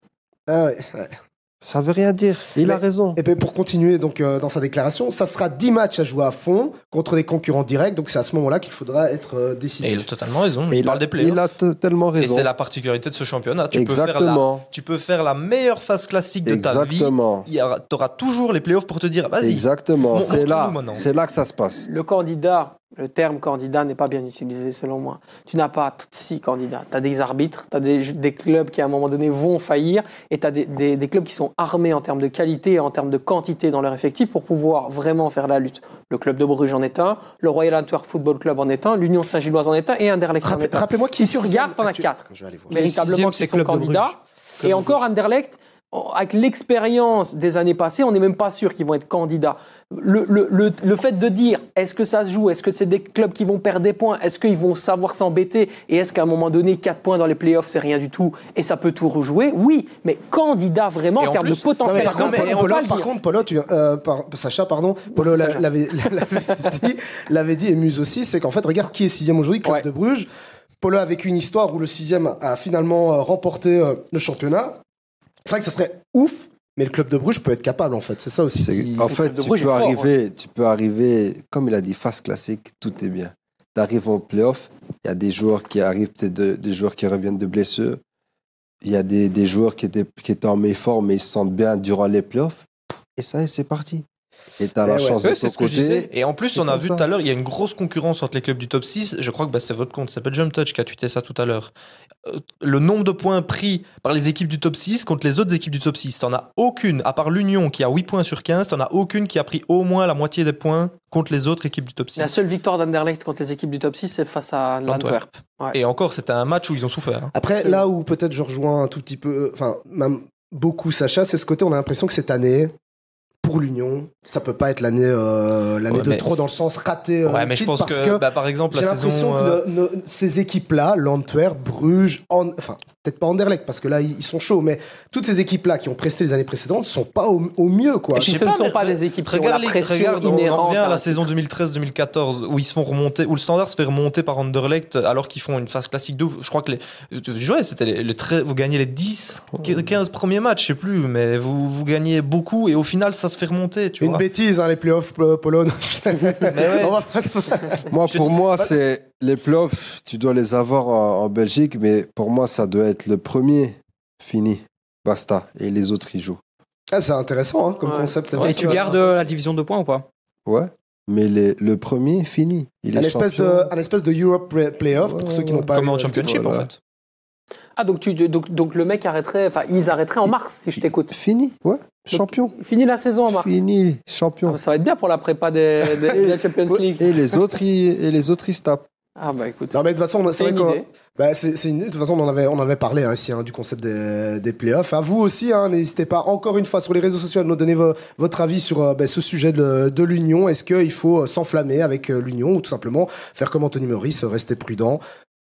B: Ah ouais, ouais.
A: Ça veut rien dire. Il a
B: Mais-
A: raison.
B: Et bien pour continuer donc euh, dans sa déclaration, ça sera dix matchs à jouer à fond contre des concurrents directs. Donc c'est à ce moment-là qu'il faudra être euh,
D: Et
B: décisif.
D: il a totalement raison.
A: Et
D: Il parle des playoffs.
A: Il a t- tellement
D: Et
A: raison.
D: c'est la particularité de ce championnat. Tu peux, faire la,
A: Exactement.
D: tu peux faire la meilleure phase classique de ta vie.
A: Exactement.
D: Tu auras toujours les playoffs pour te dire vas-y.
A: Exactement.
D: Mon-
A: C'est
D: montre-nous
A: là.
D: maintenant.
A: C'est là que ça se passe.
C: Le candidat, le terme candidat n'est pas bien utilisé selon moi. Tu n'as pas six candidats. Tu as des arbitres, tu as des, des clubs qui à un moment donné vont faillir et tu as des, des, des clubs qui sont armés en termes de qualité et en termes de quantité dans leur effectif pour pouvoir vraiment faire la lutte. Le club de Bruges en est un, le Royal Antwerp Football Club en est un, l'Union Saint-Gilloise en est un et Anderlecht en
B: Rappelez-
C: est un.
B: Rappelez-moi qui
C: Si tu regardes, t'en as quatre.
B: Je vais aller voir.
E: Mais-
C: Véritablement
E: sixième,
C: qui
E: c'est
C: sont
E: Club de
C: candidats.
E: Bruges.
C: Et encore Anderlecht, avec l'expérience des années passées, on n'est même pas sûr qu'ils vont être candidats. Le, le, le, le fait de dire, est-ce que ça se joue? Est-ce que c'est des clubs qui vont perdre des points? Est-ce qu'ils vont savoir s'embêter? Et est-ce qu'à un moment donné, quatre points dans les playoffs, c'est rien du tout et ça peut tout rejouer? Oui, mais candidat vraiment
D: Et
C: en
D: en
C: termes
D: plus-
C: de potentiel.
B: Non, mais par,
D: Non,
B: contre,
D: mais
B: Polo,
D: on
B: Polo,
C: peut pas le
B: par
C: dire.
B: contre, Polo, tu, euh, par- Sacha, pardon, Polo
C: c'est
B: l'a-
C: Sacha.
B: l'avait l'avait dit, l'avait dit et Muse aussi, c'est qu'en fait, regarde qui est sixième aujourd'hui, Club
C: Ouais.
B: de Bruges. Polo a vécu une histoire où le sixième a finalement euh, remporté euh, le championnat. C'est vrai que ça serait ouf, mais le Club de Bruges peut être capable, en fait. C'est ça aussi.
A: C'est-
B: qui-
A: En fait,
C: de
A: tu
C: Bruges
A: peux,
C: est fort,
A: arriver, tu peux arriver, comme il a dit, phase classique, tout est bien. Tu arrives en playoff, il y a des joueurs qui arrivent, peut-être de- des joueurs qui reviennent de blessures. Il y a des, des joueurs qui étaient, qui étaient en méforme, mais ils se sentent bien durant les playoffs. Et ça y est, c'est parti. Et tu as
B: Eh
A: la
B: ouais.
A: chance
E: Ouais,
A: de
E: c'est
A: ton
E: ce que je disais.
A: côté.
D: Et en plus,
A: C'est
D: on a
A: comme
D: vu
A: ça.
D: tout à l'heure, il y a une grosse concurrence entre les clubs du top six. Je crois que bah, c'est votre compte, ça s'appelle Jump Touch qui a tweeté ça tout à l'heure. Euh, Le nombre de points pris par les équipes du top six contre les autres équipes du top six, t'en as aucune, à part l'Union qui a huit points sur quinze, t'en as aucune qui a pris au moins la moitié des points contre les autres équipes du top six.
C: La seule victoire d'Anderlecht contre les équipes du top six, c'est face à l'Antwerp. Ouais.
D: Et encore, c'était un match où ils ont souffert. hein.
B: Après,
C: Absolument.
B: là où peut-être je rejoins un tout petit peu, euh, enfin, même beaucoup Sacha, c'est ce côté, on a l'impression que cette année, pour l'Union, ça peut pas être l'année euh, l'année
D: Ouais,
B: de
D: mais-
B: trop dans le sens raté. euh,
D: Ouais, mais je
B: titre,
D: pense
B: parce
D: que, bah, par exemple,
B: j'ai
D: la
B: l'impression
D: saison. euh,
B: que le- ne- ces équipes-là, l'Antwerp, Bruges, An- enfin peut-être pas Anderlecht parce que là ils ils sont chauds, mais toutes ces équipes-là qui ont presté les années précédentes sont pas au, au mieux quoi.
C: Et puis
D: Je sais
C: ce ne
D: pas,
C: sont
D: mais
C: pas
D: re-
C: des équipes qui ont la
D: Regarde, les-
C: pression
D: regarde, on en
C: inhérente
D: revient à la
C: un
D: saison
C: titre.
D: deux mille treize deux mille quatorze où ils se font remonter, où le Standard se fait remonter par Anderlecht alors qu'ils font une phase classique de ouf. Je crois que les, ouais, c'était les, les très- vous gagnez les dix, quinze premiers matchs, je sais plus, mais vous, vous gagnez beaucoup et au final ça se fait remonter, tu
B: Une
D: vois.
B: bêtise hein, les playoffs euh, Polo.
D: ouais.
B: On va pas-
A: Moi,
D: Je
A: pour
D: dis-
A: moi, c'est les playoffs, tu dois les avoir en, en Belgique, mais pour moi, ça doit être le premier fini. Basta. Et les autres, ils jouent.
B: Ah, c'est intéressant hein, comme
C: Ouais.
B: concept. c'est
C: Ouais,
B: vrai.
E: Et tu
C: vois,
E: gardes
C: ça.
E: euh, la division de points ou pas?
A: Ouais. Mais les- le premier, fini. Il
B: un
A: est
B: espèce
A: champion.
B: de un espèce de Europe play- playoff pour
A: Ouais,
B: ceux qui
A: ouais.
B: n'ont pas
D: Comme
B: eu,
D: en
B: euh,
D: championship
A: voilà.
D: en fait.
C: Ah, donc, tu, donc, donc le mec arrêterait, enfin, ils arrêteraient en mars, si je t'écoute.
A: Fini, ouais. Champion.
C: Fini la saison en mars.
A: Fini,
C: Ah,
A: champion.
C: bah, ça va être bien pour la prépa des, des, de la Champions League.
A: Et les autres, ils, et les autres, ils se tapent.
C: Ah, bah écoute,
B: Non mais de toute façon,
C: c'est
B: c'est
C: une
B: vrai qu'on-
C: idée.
B: Bah, c'est, c'est une... De toute façon, on en avait, on en avait parlé hein, ici, hein, du concept des, des playoffs. À vous aussi, hein, n'hésitez pas encore une fois sur les réseaux sociaux à nous donner vo- votre avis sur euh, bah, ce sujet de, de l'Union. Est-ce qu'il faut euh, s'enflammer avec euh, l'Union ou tout simplement faire comme Anthony Maurice, euh, rester prudent?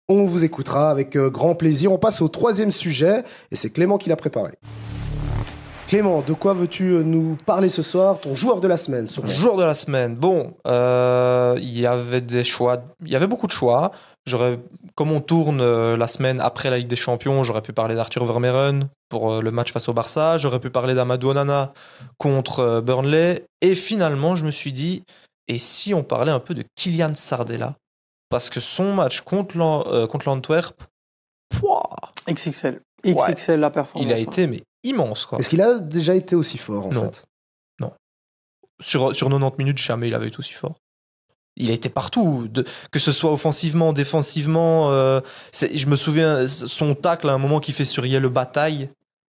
B: On vous écoutera avec euh, grand plaisir. On passe au troisième sujet et c'est Clément qui l'a préparé. Clément, de quoi veux-tu nous parler ce soir? Ton joueur de la semaine, sûrement.
D: Joueur de la semaine. Bon, euh, il y avait des choix. Il y avait beaucoup de choix. J'aurais, comme on tourne euh, la semaine après la Ligue des Champions, j'aurais pu parler d'Arthur Vermeeren pour euh, le match face au Barça. J'aurais pu parler d'Amadou Onana contre euh, Burnley. Et finalement, je me suis dit, et si on parlait un peu de Kylian Sardella? Parce que son match contre, l'An- euh, contre l'Antwerp, pouah,
C: X X L. X X L la performance.
D: il a été mais immense, quoi.
B: Est-ce qu'il a déjà été aussi fort, en
D: Non.
B: fait?
D: Sur, sur quatre-vingt-dix minutes, jamais il avait été aussi fort. Il a été partout, de, que ce soit offensivement, défensivement. Euh, c'est, je me souviens, son tacle à un moment qu'il fait sur Yelle Bataille,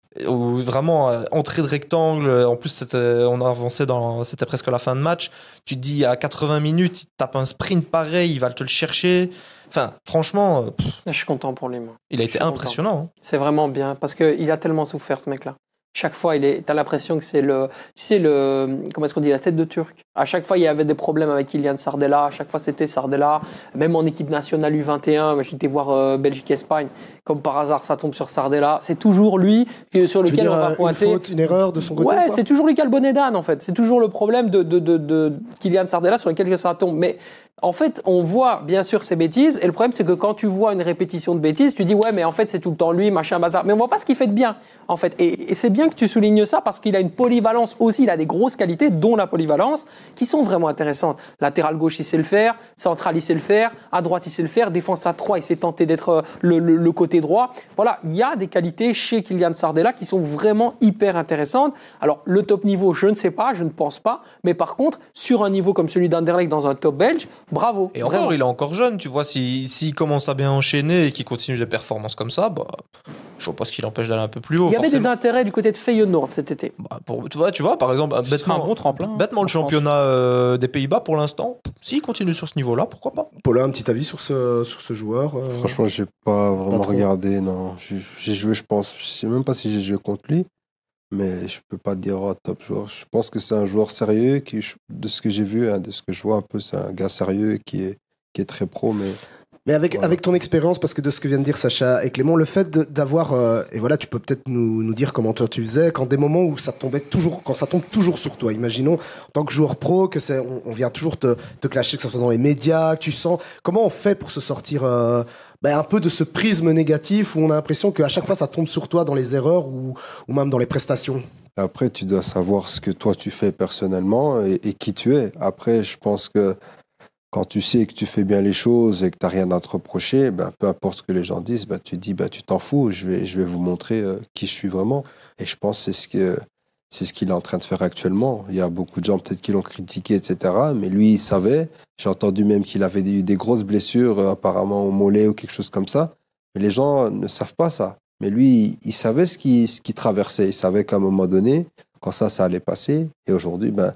D: où vraiment, euh, entrée de rectangle, en plus c'était, on avançait dans, c'était presque la fin de match. Tu te dis, à quatre-vingts minutes, il tape un sprint pareil, il va te le chercher. Enfin, franchement, pff,
C: Je suis content pour lui, moi.
D: il a
C: Je
D: été
C: suis
D: impressionnant. Hein.
C: C'est vraiment bien parce qu'il a tellement souffert, ce mec-là. Chaque fois, il est, t'as l'impression que c'est le, tu sais, le, comment est-ce qu'on dit, la tête de Turc. À chaque fois, il y avait des problèmes avec Kylian Sardella. À chaque fois, c'était Sardella. Même en équipe nationale U vingt et un, j'étais voir euh, Belgique-Espagne. Comme par hasard, ça tombe sur Sardella. C'est toujours lui que- sur
B: Tu veux
C: lequel
B: dire,
C: on va
B: euh,
C: pointer.
B: une faute, une erreur de son côté?
C: Ouais,
B: quoi
C: c'est toujours lui qui a le bonnet d'âne, en fait. C'est toujours le problème de, de, de, de Kylian Sardella sur lequel ça tombe. Mais en fait, on voit bien sûr ses bêtises. Et le problème, c'est que quand tu vois une répétition de bêtises, tu dis, ouais, mais en fait, c'est tout le temps lui, machin, bazar. Mais on voit pas ce qu'il fait de bien, en fait. Et, et c'est bien que tu soulignes ça parce qu'il a une polyvalence aussi. Il a des grosses qualités, dont la polyvalence, qui sont vraiment intéressantes. Latéral gauche, il sait le faire. Central, il sait le faire. À droite, il sait le faire. Défense à trois, il s'est tenté d'être euh, le, le, le côté droit. Voilà, il y a des qualités chez Kylian Sardella qui sont vraiment hyper intéressantes. Alors, le top niveau, je ne sais pas, je ne pense pas. Mais par contre, sur un niveau comme celui d'Anderlecht dans un top belge, bravo.
D: Et
C: vraiment.
D: encore, il est encore jeune, tu vois. S'il si, s'il commence à bien enchaîner et qu'il continue des performances comme ça, bah, je vois pas ce qui l'empêche d'aller un peu plus haut.
C: Il y avait
D: forcément.
C: des intérêts du côté de Feyenoord cet été.
D: Bah, pour, tu, vois, tu vois, par exemple,
E: Ce serait un
D: bêtement,
E: bon tremplin. hein,
D: bêtement le
E: je pense.
D: championnat euh, des Pays-Bas pour l'instant, s'il continue sur ce niveau-là, pourquoi pas?
B: Paula, un petit avis sur ce, sur ce joueur euh,
A: Franchement, j'ai pas vraiment
B: trop.
A: regardé, non. J'ai j'ai joué, je pense, je sais même pas si j'ai joué contre lui, mais je peux pas dire oh, top joueur. Je pense que c'est un joueur sérieux, qui, de ce que j'ai vu, hein, de ce que je vois un peu, c'est un gars sérieux qui est, qui est très pro, mais
B: Mais avec,
A: Voilà.
B: avec ton expérience, parce que de ce que viennent de dire Sacha et Clément, le fait de- d'avoir, euh, et voilà, tu peux peut-être nous, nous dire comment toi tu faisais, quand des moments où ça tombait toujours, quand ça tombe toujours sur toi, imaginons, en tant que joueur pro, que c'est, on, on vient toujours te, te clasher, que ce soit dans les médias, que tu sens, comment on fait pour se sortir euh, ben, un peu de ce prisme négatif où on a l'impression qu'à chaque fois ça tombe sur toi dans les erreurs ou, ou même dans les prestations?
A: après, tu dois savoir ce que toi tu fais personnellement et, et qui tu es. Après, je pense que quand tu sais que tu fais bien les choses et que tu n'as rien à te reprocher, ben, peu importe ce que les gens disent, ben, tu te dis, ben, tu t'en fous, je vais, je vais vous montrer euh, qui je suis vraiment. Et je pense que c'est ce que c'est ce qu'il est en train de faire actuellement. Il y a beaucoup de gens peut-être qui l'ont critiqué, et cetera. Mais lui, il savait. J'ai entendu même qu'il avait eu des grosses blessures, euh, apparemment au mollet ou quelque chose comme ça. Mais les gens ne savent pas ça. Mais lui, il savait ce qu'il ce qu'il traversait. Il savait qu'à un moment donné, quand ça, ça allait passer. Et aujourd'hui, ben,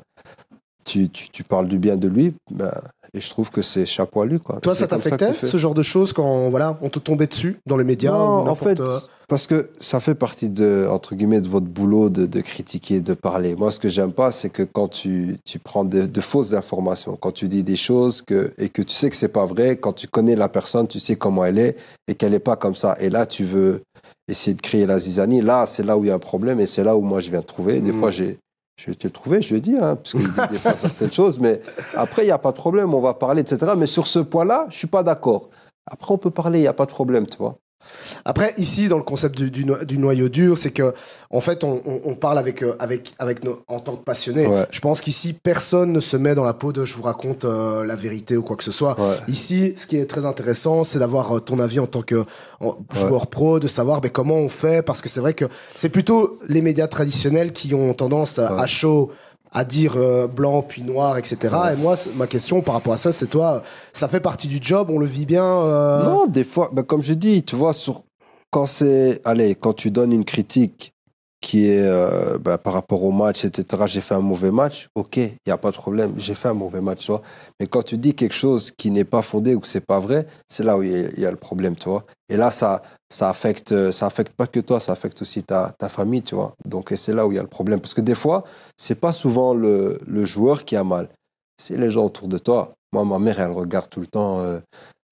A: tu, tu, tu parles du bien de lui. Ben, et je trouve que c'est chapeau à lui. Quoi.
B: Toi,
A: C'est
B: ça
A: comme
B: t'affectait,
A: qu'il fait.
B: ce genre de choses, quand voilà, on te tombait dessus dans les médias
A: Non,
B: ou
A: en
B: n'importe,
A: fait,
B: euh,
A: parce que ça fait partie de, entre guillemets, de votre boulot de, de critiquer, de parler. Moi, ce que j'aime pas, c'est que quand tu, tu prends de, de fausses informations, quand tu dis des choses que, et que tu sais que c'est pas vrai, quand tu connais la personne, tu sais comment elle est et qu'elle est pas comme ça. Et là, tu veux essayer de créer la zizanie. Là, c'est là où il y a un problème et c'est là où moi je viens de trouver. Des
B: Mm.
A: fois, j'ai, je vais te le trouver, je le dis, hein, parce qu'il dit des fois certaines choses, mais après, il n'y a pas de problème, on va parler, et cetera. Mais sur ce point-là, je suis pas d'accord. Après, on peut parler, il n'y a pas de problème, tu vois.
B: Après, ici, dans le concept du, du, no- du noyau dur, c'est que, en fait, on, on, on parle avec, euh, avec, avec nos, en tant que passionnés.
A: Ouais.
B: Je pense qu'ici, personne ne se met dans la peau de je vous raconte euh, la vérité ou quoi que ce soit.
A: Ouais.
B: Ici, ce qui est très intéressant, c'est d'avoir euh, ton avis en tant que en- joueur pro, de savoir ben, comment on fait, parce que c'est vrai que c'est plutôt les médias traditionnels qui ont tendance à,
A: Ouais.
B: à chaud à dire euh, blanc puis noir, et cetera.
A: Ouais.
B: Et moi, c'est- ma question par rapport à ça, c'est toi, ça fait partie du job, on le vit bien. euh,
A: Non, des fois, ben, comme je dis, tu vois, sur, quand c'est, allez, quand tu donnes une critique qui est euh, ben, par rapport au match, et cetera, j'ai fait un mauvais match, ok, il n'y a pas de problème, j'ai fait un mauvais match, tu vois. Mais quand tu dis quelque chose qui n'est pas fondé ou que c'est pas vrai, c'est là où il y, a- il y a le problème, tu vois. Et là, ça, ça affecte, ça affecte pas que toi, ça affecte aussi ta, ta famille, tu vois. Donc, et c'est là où il y a le problème. Parce que des fois, c'est pas souvent le, le joueur qui a mal, c'est les gens autour de toi. Moi, ma mère, elle regarde tout le temps. Euh,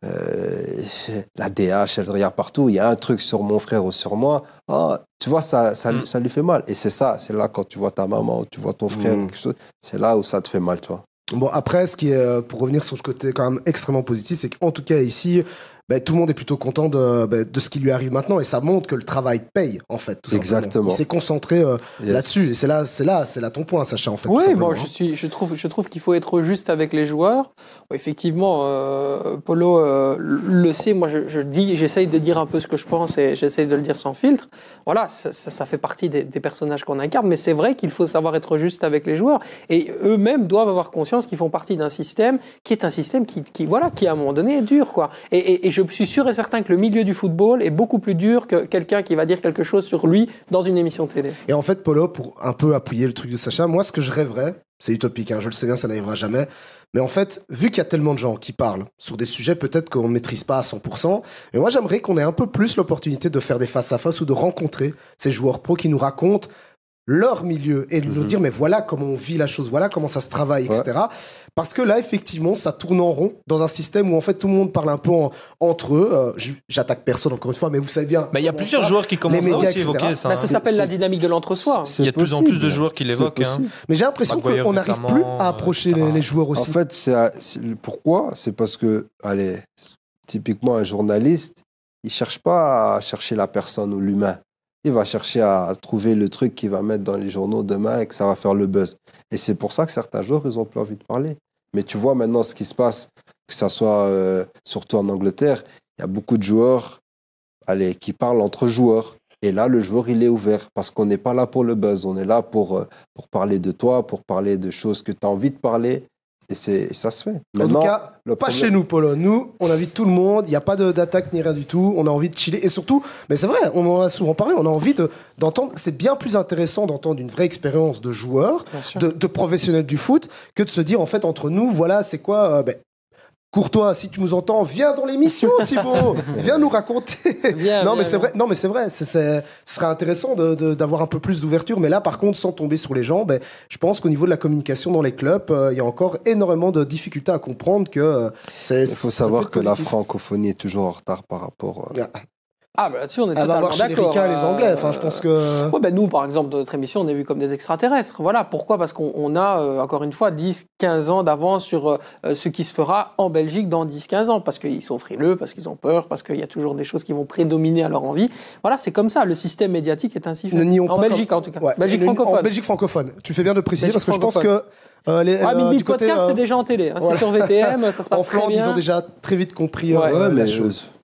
A: euh, la D H, elle regarde partout, il y a un truc sur mon frère ou sur moi. Ah, tu vois, ça, ça,
D: Mm.
A: ça lui fait mal. Et c'est ça, c'est là quand tu vois ta maman ou tu vois ton frère
B: Mm.
A: ou quelque chose, c'est là où ça te fait mal, tu vois.
B: Bon, après, ce qui est, euh, pour revenir sur ce côté quand même extrêmement positif, c'est qu'en tout cas ici, ben, tout le monde est plutôt content de, ben, de ce qui lui arrive maintenant et ça montre que le travail paye, en fait, tout simplement.
A: Exactement.
B: Il s'est concentré euh,
A: Yes.
B: là-dessus et c'est là, c'est là, c'est là ton point, Sacha, en fait. tout
C: Oui,
B: simplement,
C: bon,
B: hein.
C: je, suis, je, trouve, je trouve qu'il faut être juste avec les joueurs. Bon, effectivement, euh, Polo euh, le sait. Moi, je, je dis, j'essaye de dire un peu ce que je pense et j'essaye de le dire sans filtre. Voilà, ça, ça, ça fait partie des, des personnages qu'on incarne, mais c'est vrai qu'il faut savoir être juste avec les joueurs. Et eux-mêmes doivent avoir conscience qu'ils font partie d'un système qui est un système qui, qui, voilà, qui à un moment donné est dur, quoi. Et, et, et je suis sûr et certain que le milieu du football est beaucoup plus dur que quelqu'un qui va dire quelque chose sur lui dans une émission de télé.
B: Et en fait, Polo, pour un peu appuyer le truc de Sacha, moi, ce que je rêverais, c'est utopique, hein, je le sais bien, ça n'arrivera jamais. Mais en fait, vu qu'il y a tellement de gens qui parlent sur des sujets peut-être qu'on ne maîtrise pas à cent pour cent, mais moi, j'aimerais qu'on ait un peu plus l'opportunité de faire des face-à-face ou de rencontrer ces joueurs pros qui nous racontent leur milieu et de nous
A: Mhm.
B: dire mais voilà comment on vit la chose, voilà comment ça se travaille,
A: Ouais.
B: et cetera. Parce que là, effectivement, ça tourne en rond dans un système où en fait tout le monde parle un peu en- entre eux. Euh, j- J'attaque personne encore une fois, mais vous savez bien.
D: Mais il y a
B: comment
D: plusieurs
B: ça-
D: joueurs qui commencent
B: médias,
D: à aussi
B: et cetera.
D: évoquer ça.
C: Bah,
D: hein.
C: ça
A: c'est-
C: s'appelle la
A: c'est-
C: dynamique de l'entre-soi.
A: C'est
D: Il y a de plus en
A: possible.
D: plus de joueurs qui
A: C'est
D: l'évoquent, hein.
A: possible.
B: Mais j'ai l'impression
D: Maguire
B: qu'on n'arrive plus
D: récemment,
B: à approcher
D: euh, et
B: les,
D: cetera.
B: les joueurs aussi.
A: En fait, c'est à- c'est- pourquoi C'est parce que, allez, typiquement un journaliste, il cherche pas à chercher la personne ou l'humain. Il va chercher à trouver le truc qu'il va mettre dans les journaux demain et que ça va faire le buzz. Et c'est pour ça que certains joueurs, ils ont plus envie de parler. Mais tu vois maintenant ce qui se passe, que ça soit euh, surtout en Angleterre, il y a beaucoup de joueurs, allez, qui parlent entre joueurs. Et là, le joueur, il est ouvert parce qu'on n'est pas là pour le buzz. On est là pour, euh, pour parler de toi, pour parler de choses que tu as envie de parler. Et, c'est, et ça se fait.
B: En
A: Maintenant,
B: tout cas,
A: le
B: pas
A: problème-
B: chez nous, Polo. Nous, on invite tout le monde. Il n'y a pas de- d'attaque ni rien du tout. On a envie de chiller. Et surtout, mais c'est vrai, on en a souvent parlé, on a envie de- d'entendre. C'est bien plus intéressant d'entendre une vraie expérience de joueur,
C: Bien sûr.
B: de, de professionnels du foot, que de se dire, en fait, entre nous, voilà, c'est quoi euh, ben, Courtois, si tu nous entends, viens dans l'émission, Thibaut. Viens nous raconter.
C: Viens,
B: non,
C: viens,
B: mais c'est
C: viens.
B: vrai. Non, mais c'est vrai. C'est, c'est- ce serait intéressant de- de- d'avoir un peu plus d'ouverture. Mais là, par contre, sans tomber sur les gens, ben, je pense qu'au niveau de la communication dans les clubs, euh, il y a encore énormément de difficultés à comprendre que euh, c'est.
A: Il faut
B: ça
A: savoir
B: peut
A: que
B: être
A: la
B: positif.
A: francophonie est toujours en retard par rapport. euh,
C: Ah, bah là-dessus, on est
B: Elle va
C: totalement
B: voir chez les
C: d'accord.
B: Ricains et les
C: Euh,
B: Anglais. Enfin, je pense que.
C: Ouais, ben nous, par exemple, dans notre émission, on est vu comme des extraterrestres. Voilà. Pourquoi ? Parce qu'on on a, euh, encore une fois, dix, quinze ans d'avance sur euh, ce qui se fera en Belgique dans dix, quinze ans. Parce qu'ils sont frileux, parce qu'ils ont peur, parce qu'il y a toujours des choses qui vont prédominer à leur envie. Voilà, c'est comme ça. Le système médiatique est ainsi fait.
B: Ne nions
C: En
B: pas
C: Belgique,
B: comme-
C: en tout cas.
B: Ouais.
C: Belgique
B: Et le-
C: francophone.
B: En Belgique francophone. Tu fais bien de préciser
C: Belgique
B: parce que je pense que. euh, les,
C: Ah,
B: euh,
C: Mini
B: du côté,
C: Podcast,
B: euh,
C: c'est déjà en télé. Hein.
B: voilà.
C: C'est sur V T M, ça se passe
B: en
C: très
B: Flandre,
C: bien.
B: ils ont déjà très vite compris
C: Ouais.
B: euh,
A: Ouais,
B: la
A: mais
B: chose.
A: euh,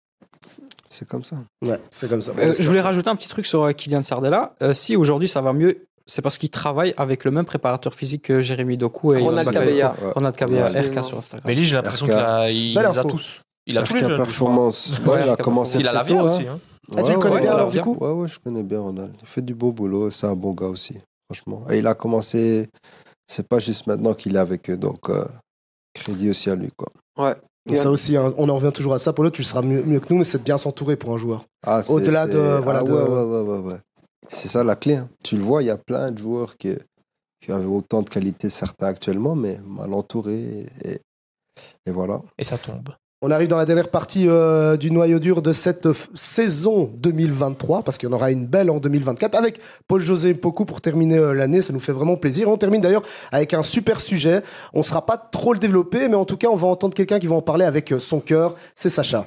A: c'est comme ça.
B: Ouais, c'est comme ça.
E: Euh, je voulais rajouter un petit truc sur euh, Kylian Sardella. Euh, si aujourd'hui ça va mieux, c'est parce qu'il travaille avec le même préparateur physique que Jérémy Doku et
C: Ronald
E: Bakayoko.
C: Cabella.
A: Ouais.
E: Ronald Cabella,
C: Ouais.
E: R K sur Instagram.
D: Mais lui, j'ai l'impression
A: R K.
D: qu'il a, il
B: Belle
D: les a
B: info.
D: tous. Il a tous
A: R K
D: les jeunes.
A: Performance.
E: Ouais,
A: Ouais, il a
E: R K
A: commencé
D: Il a
A: très
D: la vie
A: tôt,
D: aussi.
A: hein.
D: Hein.
B: Ah, tu le
A: Ouais,
B: connais
A: ouais,
B: bien
A: ouais,
B: alors
A: ouais.
B: du coup
A: Ouais, ouais, je connais bien Ronald. Il fait du beau boulot, c'est un bon gars aussi, franchement. Et il a commencé, c'est pas juste maintenant qu'il est avec eux, donc euh, crédit aussi à lui, quoi.
C: Ouais.
B: Et ça aussi, hein, on en revient toujours à ça. Polo, tu seras mieux, mieux que nous, mais c'est de bien s'entourer pour un joueur.
A: Ah, c'est-
B: Au-delà de-
A: c'est-
B: voilà,
A: ah,
B: de-
A: ouais, ouais, ouais, ouais, ouais. C'est ça la clé. Hein. Tu le vois, il y a plein de joueurs qui, qui avaient autant de qualité, certains actuellement, mais mal entourés. Et, et voilà.
D: Et ça tombe.
B: On arrive dans la dernière partie euh, du noyau dur de cette f- saison deux mille vingt-trois, parce qu'il y en aura une belle en deux mille vingt-quatre, avec Paul-José Mpoku pour terminer euh, l'année. Ça nous fait vraiment plaisir. On termine d'ailleurs avec un super sujet. On ne sera pas trop le développer, mais en tout cas, on va entendre quelqu'un qui va en parler avec euh, son cœur. C'est Sacha.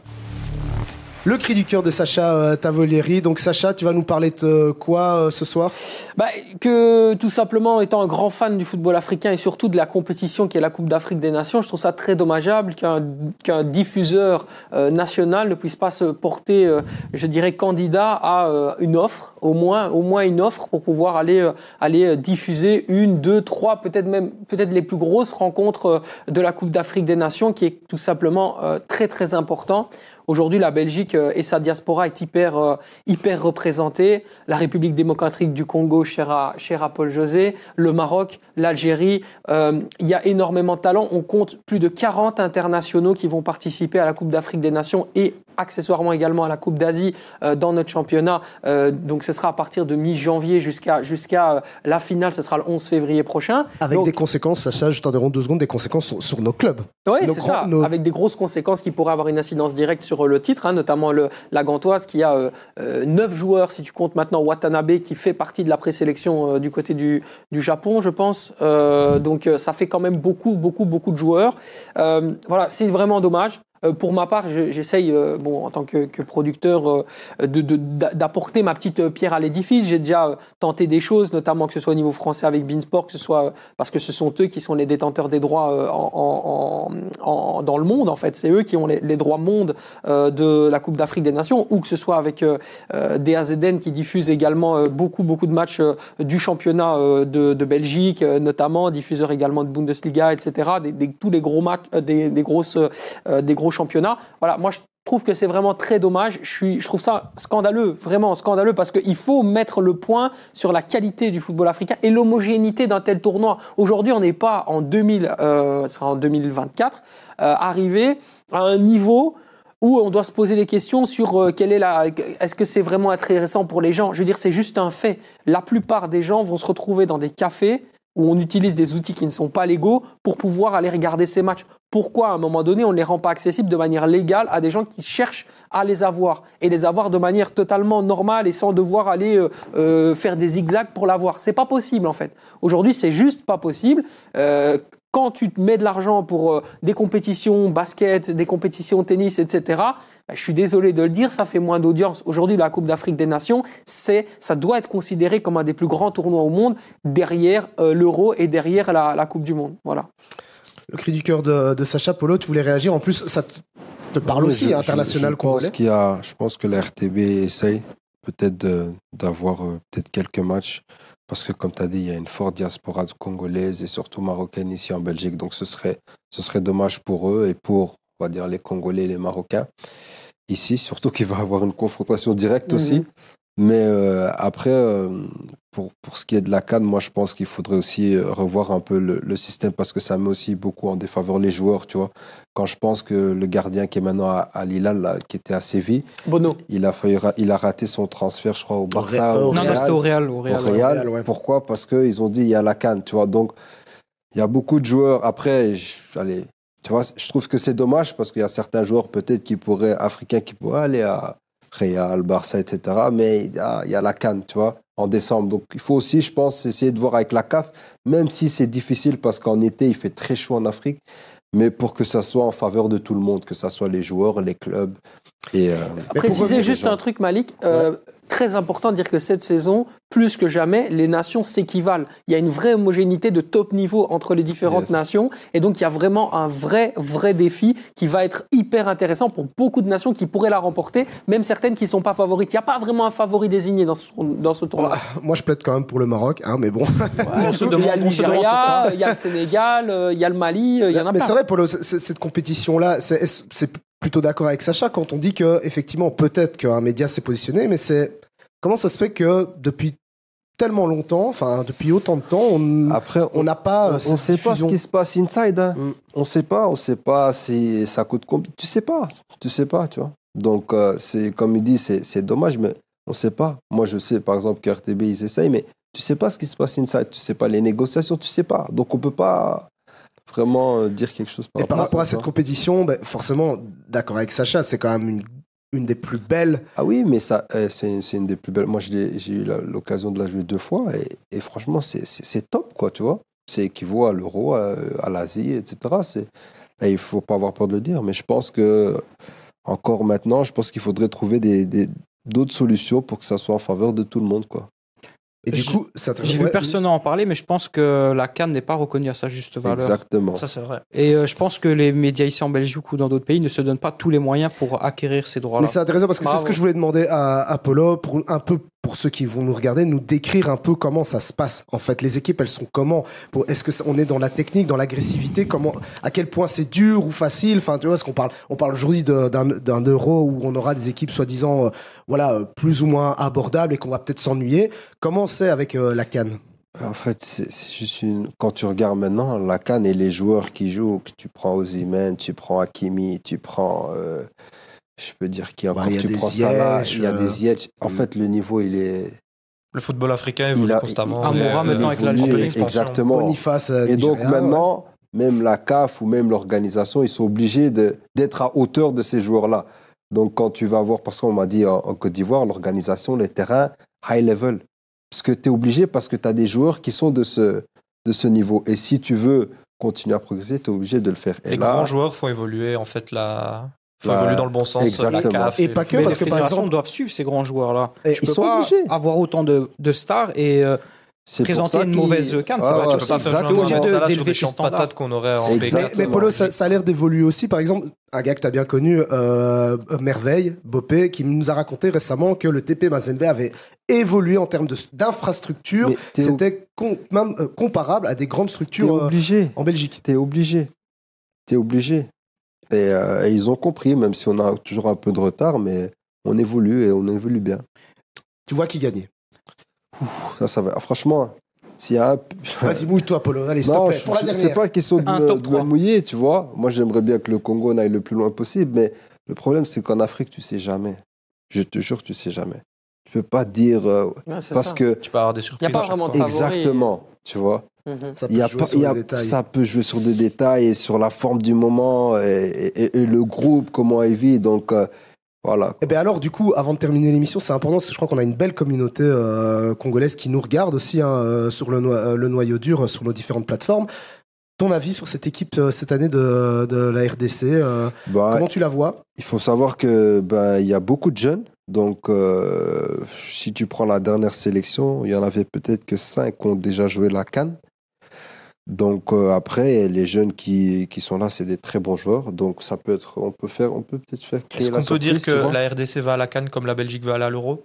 B: Le cri du cœur de Sacha euh, Tavolieri. Donc Sacha, tu vas nous parler de euh, quoi euh, ce soir ?
C: Bah, que tout simplement, étant un grand fan du football africain et surtout de la compétition qui est la Coupe d'Afrique des Nations, je trouve ça très dommageable qu'un qu'un diffuseur euh, national ne puisse pas se porter, euh, je dirais, candidat à euh, une offre, au moins, au moins une offre pour pouvoir aller, euh, aller euh, diffuser une, deux, trois, peut-être même peut-être les plus grosses rencontres euh, de la Coupe d'Afrique des Nations, qui est tout simplement euh, très très important. Aujourd'hui, la Belgique euh, et sa diaspora est hyper, euh, hyper représentée. La République démocratique du Congo, chère à, chère à Paul José, le Maroc, l'Algérie. Euh, il y a énormément de talent. On compte plus de quarante internationaux qui vont participer à la Coupe d'Afrique des Nations et accessoirement également à la Coupe d'Asie euh, dans notre championnat. Euh, donc ce sera à partir de mi-janvier jusqu'à, jusqu'à euh, la finale, ce sera le onze février prochain.
B: Avec
C: donc,
B: des conséquences, Sacha, je t'interromps deux secondes, des conséquences sur, sur nos clubs.
C: Oui,
B: nos
C: c'est
B: grands,
C: ça,
B: nos...
C: avec des grosses conséquences qui pourraient avoir une incidence directe sur le titre, hein, notamment le, la Gantoise qui a euh, euh, neuf joueurs, si tu comptes maintenant Watanabe qui fait partie de la présélection euh, du côté du, du Japon, je pense. Euh, donc euh, ça fait quand même beaucoup, beaucoup, beaucoup de joueurs. Euh, voilà, c'est vraiment dommage. Euh, pour ma part, je, j'essaye, euh, bon, en tant que, que producteur, euh, de, de, d'apporter ma petite pierre à l'édifice. J'ai déjà euh, tenté des choses, notamment que ce soit au niveau français avec Beansport, que ce soit euh, parce que ce sont eux qui sont les détenteurs des droits euh, en, en, en, dans le monde. En fait, c'est eux qui ont les, les droits monde euh, de la Coupe d'Afrique des Nations, ou que ce soit avec euh, euh, D A Z N qui diffuse également euh, beaucoup, beaucoup de matchs euh, du championnat euh, de, de Belgique, euh, notamment diffuseur également de Bundesliga, et cetera. Des, des, tous les gros matchs, euh, des, des grosses, euh, des gros championnat. Voilà, moi je trouve que c'est vraiment très dommage. Je, suis, je trouve ça scandaleux, vraiment scandaleux, parce qu'il faut mettre le point sur la qualité du football africain et l'homogénéité d'un tel tournoi. Aujourd'hui, on n'est pas en deux mille, euh, ce sera en deux mille vingt-quatre, euh, arrivé à un niveau où on doit se poser des questions sur euh, quelle est la, est-ce que c'est vraiment intéressant pour les gens. Je veux dire, c'est juste un fait. La plupart des gens vont se retrouver dans des cafés où on utilise des outils qui ne sont pas légaux pour pouvoir aller regarder ces matchs. Pourquoi, à un moment donné, on ne les rend pas accessibles de manière légale à des gens qui cherchent à les avoir, et les avoir de manière totalement normale et sans devoir aller euh, euh, faire des zigzags pour l'avoir. C'est pas possible, en fait. Aujourd'hui, c'est juste pas possible. Euh, quand tu te mets de l'argent pour euh, des compétitions basket, des compétitions tennis, et cetera, bah, je suis désolé de le dire, ça fait moins d'audience. Aujourd'hui, la Coupe d'Afrique des Nations, c'est, ça doit être considéré comme un des plus grands tournois au monde, derrière euh, l'Euro et derrière la, la Coupe du Monde. Voilà.
B: Le cri du cœur de, de Sacha. Polo, tu voulais réagir. En plus, ça te, te parle
A: Oui,
B: aussi,
A: je,
B: international
A: je, je
B: congolais.
A: pense qu'il y a, je pense que la R T B essaye peut-être de, d'avoir euh, peut-être quelques matchs. Parce que, comme tu as dit, il y a une forte diaspora congolaise et surtout marocaine ici en Belgique. Donc, ce serait, ce serait dommage pour eux et pour, on va dire, les Congolais et les Marocains ici. Surtout qu'il va y avoir une confrontation directe
C: Mmh.
A: aussi. Mais euh, après, euh, pour, pour ce qui est de la CAN, moi, je pense qu'il faudrait aussi euh, revoir un peu le, le système parce que ça met aussi beaucoup en défaveur les joueurs, tu vois. Quand je pense que le gardien qui est maintenant à, à Lille, là, qui était à Séville,
C: Bono.
A: il a, failli, il a raté son transfert, je crois, au Barça.
B: Au
A: au
E: Non,
A: Real.
E: non, c'était au Real. Au
A: Au
E: Real.
A: Real.
B: Real, ouais.
A: Pourquoi? Parce qu'ils ont dit il y a la CAN, tu vois. Donc, il y a beaucoup de joueurs. Après, je, allez, tu vois, je trouve que c'est dommage parce qu'il y a certains joueurs peut-être qui pourraient, africains, qui pourraient aller à Real, Barça, et cetera. Mais il y a, il y a la CAN, tu vois, en décembre. Donc, il faut aussi, je pense, essayer de voir avec la C A F, même si c'est difficile parce qu'en été, il fait très chaud en Afrique. Mais pour que ça soit en faveur de tout le monde, que ça soit les joueurs, les clubs. Et, euh,
C: Préciser juste un truc, Malik, euh, ouais. Très important de dire que cette saison, plus que jamais, les nations s'équivalent. Il y a une vraie homogénéité de top niveau entre les différentes yes. nations, et donc il y a vraiment un vrai, vrai défi qui va être hyper intéressant pour beaucoup de nations qui pourraient la remporter, même certaines qui ne sont pas favorites. Il n'y a pas vraiment un favori désigné dans ce, dans ce tournoi.
B: Ouais, moi, je plaide quand même pour le Maroc, hein, mais bon.
C: Ouais, on se demande, il y a le Nigeria, il y a le Sénégal, il y a le Mali, il y en a
B: mais
C: plein.
B: C'est vrai, Polo, cette compétition-là, c'est, c'est plutôt d'accord avec Sacha quand on dit que effectivement peut-être qu'un média s'est positionné, mais c'est comment ça se fait que depuis tellement longtemps, enfin depuis autant de temps, on après on n'a pas
A: on, on sait pas ce qui se passe inside, hein. mm. on sait pas, on sait pas si ça coûte combien, tu sais pas, tu sais pas, tu vois. Donc euh, c'est comme il dit, c'est c'est dommage, mais on sait pas. Moi je sais par exemple que R T B ils essayent, mais tu sais pas ce qui se passe inside, tu sais pas les négociations, tu sais pas, donc on peut pas vraiment euh, dire quelque chose par
B: et
A: rapport
B: par rapport
A: à,
B: à cette compétition, ben, forcément, d'accord avec Sacha, c'est quand même une, une des plus belles.
A: Ah oui, mais ça, euh, c'est, c'est une des plus belles. Moi, j'ai, j'ai eu la, l'occasion de la jouer deux fois et, et franchement, c'est, c'est, c'est top, quoi, tu vois. C'est équivaut à l'Euro, à, à l'Asie, et cetera. C'est, et il ne faut pas avoir peur de le dire, mais je pense que, encore maintenant, je pense qu'il faudrait trouver des, des, d'autres solutions pour que ça soit en faveur de tout le monde, quoi.
B: Et du
E: je,
B: coup, ça
E: j'ai vu personne en parler, mais je pense que la CAN n'est pas reconnue à sa juste valeur.
A: Exactement.
D: Ça, c'est vrai.
E: Et euh, je pense que les médias ici en Belgique ou dans d'autres pays ne se donnent pas tous les moyens pour acquérir ces droits-là.
B: Mais c'est intéressant parce que
E: Bravo.
B: C'est ce que je voulais demander à Apollo, pour un peu pour ceux qui vont nous regarder, nous décrire un peu comment ça se passe. En fait, les équipes, elles sont comment? Est-ce que on est dans la technique, dans l'agressivité? Comment, à quel point c'est dur ou facile? Enfin, tu vois, est-ce qu'on parle, on parle aujourd'hui de, d'un, d'un euro où on aura des équipes soi-disant, euh, voilà, plus ou moins abordables et qu'on va peut-être s'ennuyer. Comment c'est avec euh, la CAN?
A: En fait, c'est, c'est juste une... quand tu regardes maintenant la CAN et les joueurs qui jouent, que tu prends Osimhen, tu prends Hakimi, tu prends, euh, Je peux dire qui encore
B: Bah, il y a
A: tu
B: des
A: prends ça là,
B: Ziyech,
A: il y a
B: euh,
A: des Ziyech. En fait, le niveau, il est.
D: Le football africain évolue
A: Il a-
D: constamment.
E: il-
D: et,
E: Amoura,
D: euh,
E: maintenant, avec
D: il évolue
E: l'Algérie.
D: en expansion.
A: Exactement.
B: Boniface, euh,
A: Et donc
B: Nigérien,
A: maintenant, même la C A F ou même l'organisation, ils sont obligés de- d'être à hauteur de ces joueurs-là. Donc quand tu vas voir, parce qu'on m'a dit en, en Côte d'Ivoire, l'organisation, les terrains, high level. Parce que tu es obligé, parce que tu as des joueurs qui sont de ce, de ce niveau. Et si tu veux continuer à progresser, tu es obligé de le faire. Et
D: Les
A: là,
D: grands joueurs font évoluer, en fait, la... faut
A: La-
D: évoluer dans le bon sens.
A: Exactement.
D: La C A F
B: Et pas que,
E: Mais
B: parce
E: les
B: que par
E: fédérations
B: exemple,
E: doivent suivre ces grands joueurs-là.
B: Et
E: Tu
A: ils
E: peux
A: sont
E: pas
A: obligés.
E: avoir autant de, de stars et euh,
A: c'est pour
E: présenter
A: ça
E: une
A: qu'ils-
E: mauvaise canne, ça
A: Ah
E: va
A: ouais,
E: être
D: Tu peux pas faire
A: exactement.
D: jouer un
E: de-
D: Salah sur
E: d'élever
D: des
E: tes
D: champs de
E: standards.
D: patates qu'on aurait en
A: Exactement.
D: P
B: Mais,
D: quatre.
B: mais Polo, ça, ça a l'air d'évoluer aussi. Par exemple, un gars que tu as bien connu, euh, Merveille, Bopé, qui nous a raconté récemment que le T P Mazembe avait évolué en termes de- d'infrastructure.
A: Mais t'es ob-
B: C'était com- même, euh, comparable à des grandes
A: T'es
B: structures euh,
A: obligé.
B: en Belgique.
A: T'es obligé. T'es obligé. Et, euh, et ils ont compris, même si on a toujours un peu de retard, mais on évolue et on évolue bien.
B: Tu vois qui gagnait.
A: Ça, ça va. Franchement, s'il y a un.
B: Vas-y, mouille-toi, Polo. Allez, s'il te
A: Non,
B: plaît,
A: je-
B: pour la
A: c'est
B: dernière.
A: pas une question de,
E: Un
A: me-
E: top
A: de
E: trois.
A: me mouiller, tu vois. Moi, j'aimerais bien que le Congo n'aille le plus loin possible, mais le problème, c'est qu'en Afrique, tu sais jamais. Je te jure, tu sais jamais. Tu peux pas dire euh,
C: Ouais, c'est
A: parce
C: ça.
A: que
D: Tu peux avoir des surprises.
C: Y a pas
D: à chaque
C: vraiment
D: fois.
C: de favori.
A: exactement, tu vois.
C: Mhm.
B: Ça peut
A: Il y a
B: jouer
A: pas,
B: sur
A: il y a-
B: les détails.
A: ça peut jouer sur des détails et sur la forme du moment et, et- et le groupe, comment il vit. Donc, euh, voilà.
B: Eh bien alors, du coup, avant de terminer l'émission, c'est important parce que je crois qu'on a une belle communauté euh, congolaise qui nous regarde aussi hein, euh, sur le, noi- euh, le noyau dur, euh, sur nos différentes plateformes. Ton avis sur cette équipe euh, cette année de, de la R D C, euh,
A: Bah,
B: comment tu la vois?
A: il faut savoir que ben, il y a beaucoup de jeunes. Donc, euh, si tu prends la dernière sélection, il y en avait peut-être que cinq qui ont déjà joué la CAN. Donc euh, après, les jeunes qui, qui sont là, c'est des très bons joueurs. Donc ça peut être, on peut faire, on peut peut-être faire créer
D: Est-ce
A: la
D: qu'on peut dire
A: surprise, tu
D: que
A: vois.
D: la R D C va à la CAN comme la Belgique va à l'Euro?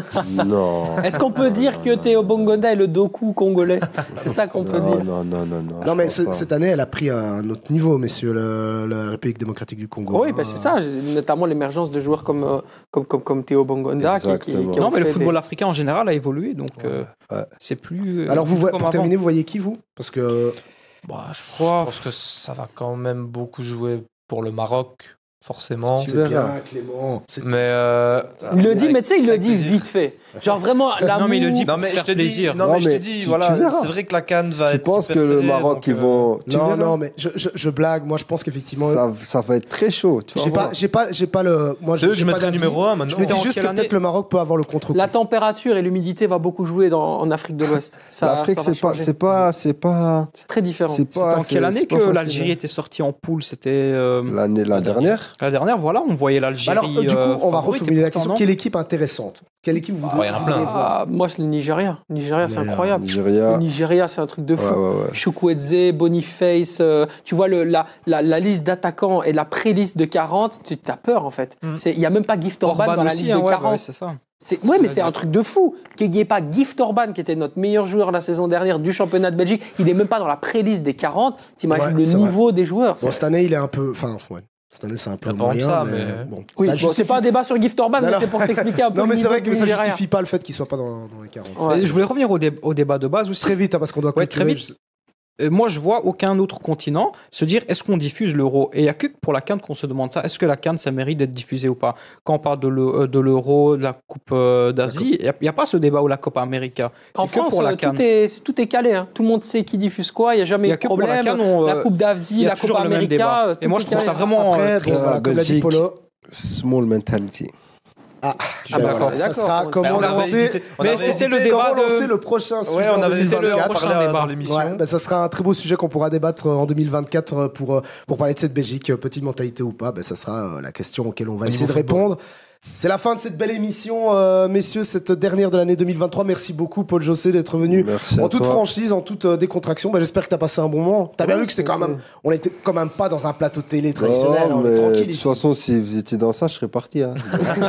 A: Non.
C: Est-ce qu'on peut dire que Théo Bongonda est le Doku congolais? C'est ça qu'on peut
A: non,
C: dire.
A: non, non, non, non.
B: Non,
A: je
B: mais
A: pense
B: ce-
A: pas.
B: cette année, elle a pris un autre niveau, messieurs, le- la République démocratique du Congo.
C: Oui, bah, c'est ça, notamment l'émergence de joueurs comme, euh, comme, comme, comme Théo Bongonda. Qui, qui,
A: Exactement.
C: qui ont
E: Non, mais le
C: fait
E: football
C: des-
E: africain en général a évolué, donc euh,
A: Ouais.
E: c'est plus. euh,
B: Alors, vous
E: plus
B: voyez,
E: comme
B: pour
E: avant.
B: terminer, vous voyez qui, vous? Parce que
D: Bah, je, je
E: Oh.
D: pense que ça va quand même beaucoup jouer pour le Maroc, forcément.
A: Tu
B: c'est
A: verras.
B: bien, Clément. C'est-
D: Mais euh,
C: Il le dit,
D: avec-
C: mais tu sais, il le
D: avec
C: dit
D: plaisir.
C: vite fait. Genre vraiment, l'amour.
E: Non, mais il le dit
D: Non
E: pour
D: mais je
E: faire
D: te
E: plaisir.
D: dis, non,
A: Non,
D: mais je te
A: mais
D: dis,
A: tu-
D: voilà,
A: tu verras.
D: c'est vrai que la CAN va
A: Tu
D: être.
A: penses que
D: hyper
A: le
D: serrée,
A: Maroc,
D: donc,
A: ils
D: euh,
A: vont. Tu
B: Non,
A: verras.
B: non, mais je, je, je blague. Moi, je pense qu'effectivement.
A: ça, ça va être très chaud. Tu vas
B: J'ai
A: voir.
B: pas, j'ai pas, j'ai pas le. Moi,
D: C'est eux que
B: j'ai
D: je
B: pas
D: mettrais
B: d'avis.
D: numéro un maintenant.
B: Je me dis
E: en
B: juste
E: quelle
B: que
E: année
B: peut-être le Maroc peut avoir le contre-coup.
C: La température et l'humidité va beaucoup jouer dans, en Afrique de l'Ouest. Ça-
A: L'Afrique,
C: ça va
A: c'est pas,
C: changer.
A: c'est pas, c'est pas,
C: C'est très différent.
A: c'est
E: C'était
A: pas.
E: en
A: c'est-
E: quelle année
A: c'est pas
E: que
A: facile,
E: l'Algérie
A: hein.
E: était sortie en poule? C'était euh,
A: L'année, la dernière.
E: la dernière, voilà, on voyait l'Algérie.
B: Alors, euh, du coup,
E: euh,
B: on va
E: favorite,
B: reformuler
E: et
B: la
E: pourtant,
B: question.
E: non.
B: Quelle équipe intéressante? Quelle équipe vous
D: Oh, il y en a
B: vous
D: plein.
B: voudriez voir
C: Ah, moi, c'est le Nigeria. Le Nigeria, c'est
B: Mais là,
C: incroyable.
A: Nigeria.
C: Le Nigeria, c'est un truc de
A: Ouais,
C: fou.
A: ouais, ouais.
C: Chukwueze, Boniface, euh, tu vois le, la, la, la liste d'attaquants et la pré-liste de quarante, tu as peur en fait.
D: Mm.
C: C'est- Il n'y a même pas Gift Orban,
E: Orban
C: dans la
E: aussi,
C: liste
E: hein,
C: de
E: ouais,
C: quarante.
E: ouais, c'est ça.
C: C'est-
E: C'est
C: ouais,
E: ce
C: mais
E: que
C: c'est
E: je
C: un
E: veux
C: truc de fou. Qu'il n'y ait pas Gift Orban, qui était notre meilleur joueur la saison dernière du championnat de Belgique, il n'est même pas dans la pré-liste des quarante. T'imagines
B: Ouais,
C: le
B: c'est
C: niveau des joueurs.
B: Bon,
C: c'est-
B: cette année, il est un peu. Enfin, ouais. Cette année, c'est un peu
D: Il y a pas
B: moyen.
D: honte ça,
B: mais...
D: mais-
B: Bon,
C: Oui,
B: ça
C: bon,
B: justifie-
C: c'est pas un débat sur Gift Orban,
B: Non,
C: mais
B: non.
C: c'est pour t'expliquer un peu
B: Non,
C: le
B: mais c'est
C: niveau
B: vrai
C: du
B: que ça
C: Nigeria.
B: justifie pas le fait qu'il soit pas dans, dans les quarante.
C: Ouais.
E: Et Je voulais revenir au, dé- au débat de base aussi.
B: Très vite, hein, parce qu'on doit
E: Ouais, très
B: clôturer.
E: vite. Euh, Moi, je vois aucun autre continent se dire est-ce qu'on diffuse l'euro? Et il n'y a que pour la CAN qu'on se demande ça. Est-ce que la CAN, ça mérite d'être diffusée ou pas? Quand on parle de l'e- de l'euro, de la Coupe euh, d'Asie, il n'y a, pas ce débat ou la Copa América.
C: En
E: C'est que
C: France,
E: pour la
C: euh,
E: CAN.
C: tout est, tout est calé. Hein. Tout le monde sait qui diffuse quoi. Il n'y a jamais
E: Il y
C: eu
E: a
C: de
E: que pour la
C: problème.
E: CAN, on,
C: La
E: euh,
C: Coupe
E: il
C: d'Asie,
E: y a
C: la
E: toujours
C: Coupe
E: le même
C: América.
E: débat.
C: euh,
E: Et
C: tout
E: moi,
C: est
E: je trouve
C: calé.
E: ça vraiment
B: Après,
E: euh,
B: bon,
E: triste.
B: bah,
A: La
B: comme l'a dit
A: Belgique.
B: Polo.
A: Small mentality.
B: Ah,
C: Ah, bah,
B: d'accord.
C: on est
B: Ça
C: d'accord.
B: sera
C: On-
B: comment
D: on avait
B: lancer.
D: hésité- on
E: Mais
D: avait
E: c'était
D: hésité-
E: le débat
B: Comment lancer
E: de.
B: le prochain
D: Ouais,
B: sujet
D: on
B: en
D: avait hésité
B: deux mille
D: à
B: vingt-quatre.
E: prochain
D: parler
E: débat.
D: dans l'émission.
B: Ouais, bah, ça sera un très beau sujet qu'on pourra débattre en deux mille vingt-quatre pour, euh, pour parler de cette Belgique, euh, petite mentalité ou pas. Bah, ça sera euh, la question auquel on va
D: Au
B: essayer de
D: niveau football.
B: répondre. C'est la fin de cette belle émission, euh, messieurs, cette dernière de l'année deux mille vingt-trois. Merci beaucoup, Paul Jossé, d'être venu
A: Merci à
B: en toute
A: toi.
B: franchise, en toute euh, décontraction. Bah, j'espère que tu as passé un bon moment. Tu as bien
A: Ouais,
B: vu que c'était quand
A: c'était-
B: même. On était quand même pas dans un plateau télé traditionnel.
A: Non,
B: on est
A: mais
B: tranquille
A: de toute
B: ici.
A: façon, si vous étiez dans ça, je serais parti. Hein.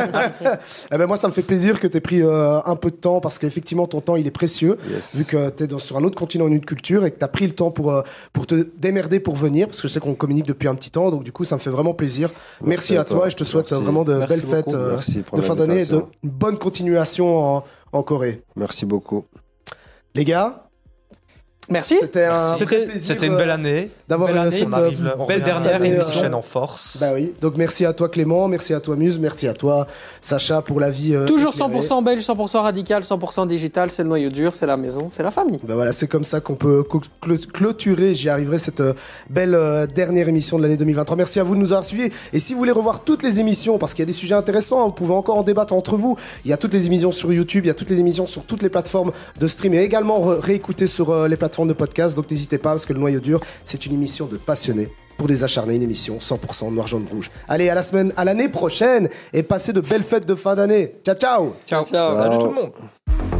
B: Eh ben, moi, ça me fait plaisir que tu aies pris euh, un peu de temps parce qu'effectivement, ton temps, il est précieux.
A: Yes.
B: Vu que tu es sur un autre continent, une autre culture et que tu as pris le temps pour, euh, pour te démerder pour venir, parce que je sais qu'on communique depuis un petit temps, donc du coup, ça me fait vraiment plaisir. Merci,
A: Merci
B: à
A: à
B: toi.
A: toi.
B: et je te souhaite
A: Merci.
B: euh, vraiment de
E: Merci
B: belles fêtes
E: beaucoup.
B: euh,
A: Merci pour
B: de fin d'année et de
A: l'invitation.
B: une bonne continuation en, en Corée.
A: Merci beaucoup.
B: Les gars,
C: Merci.
B: C'était un
E: C'était-
B: vrai plaisir,
D: C'était une belle année.
B: d'avoir
E: belle
B: euh,
E: année.
B: cette,
D: On arrive là,
B: euh,
D: on
E: belle
D: revient
E: dernière
D: à l'année
B: émission.
D: prochaine en force.
B: Bah oui. Donc merci à toi Clément, merci à toi Muse, merci à toi Sacha pour la vie. euh,
C: Toujours
B: éclairée.
C: cent pour cent belge, cent pour cent radical, cent pour cent digital, c'est le noyau dur, c'est la maison, c'est la famille.
B: Ben voilà, c'est comme ça qu'on peut clo- clo- clôturer, j'y arriverai, cette euh, belle euh, dernière émission de l'année deux mille vingt-trois. Merci à vous de nous avoir suivis. Et si vous voulez revoir toutes les émissions, parce qu'il y a des sujets intéressants, vous pouvez encore en débattre entre vous. Il y a toutes les émissions sur YouTube, il y a toutes les émissions sur toutes les plateformes de stream et également re- réécouter sur euh, les plateformes de podcast. Donc n'hésitez pas, parce que le noyau dur, c'est une émission de passionnés. Pour des acharnés, une émission cent pour cent noir, jaune, rouge. Allez, à la semaine, à l'année prochaine et passez de belles fêtes de fin d'année. Ciao, ciao!
E: Ciao.
C: Ciao.
D: Salut tout le monde.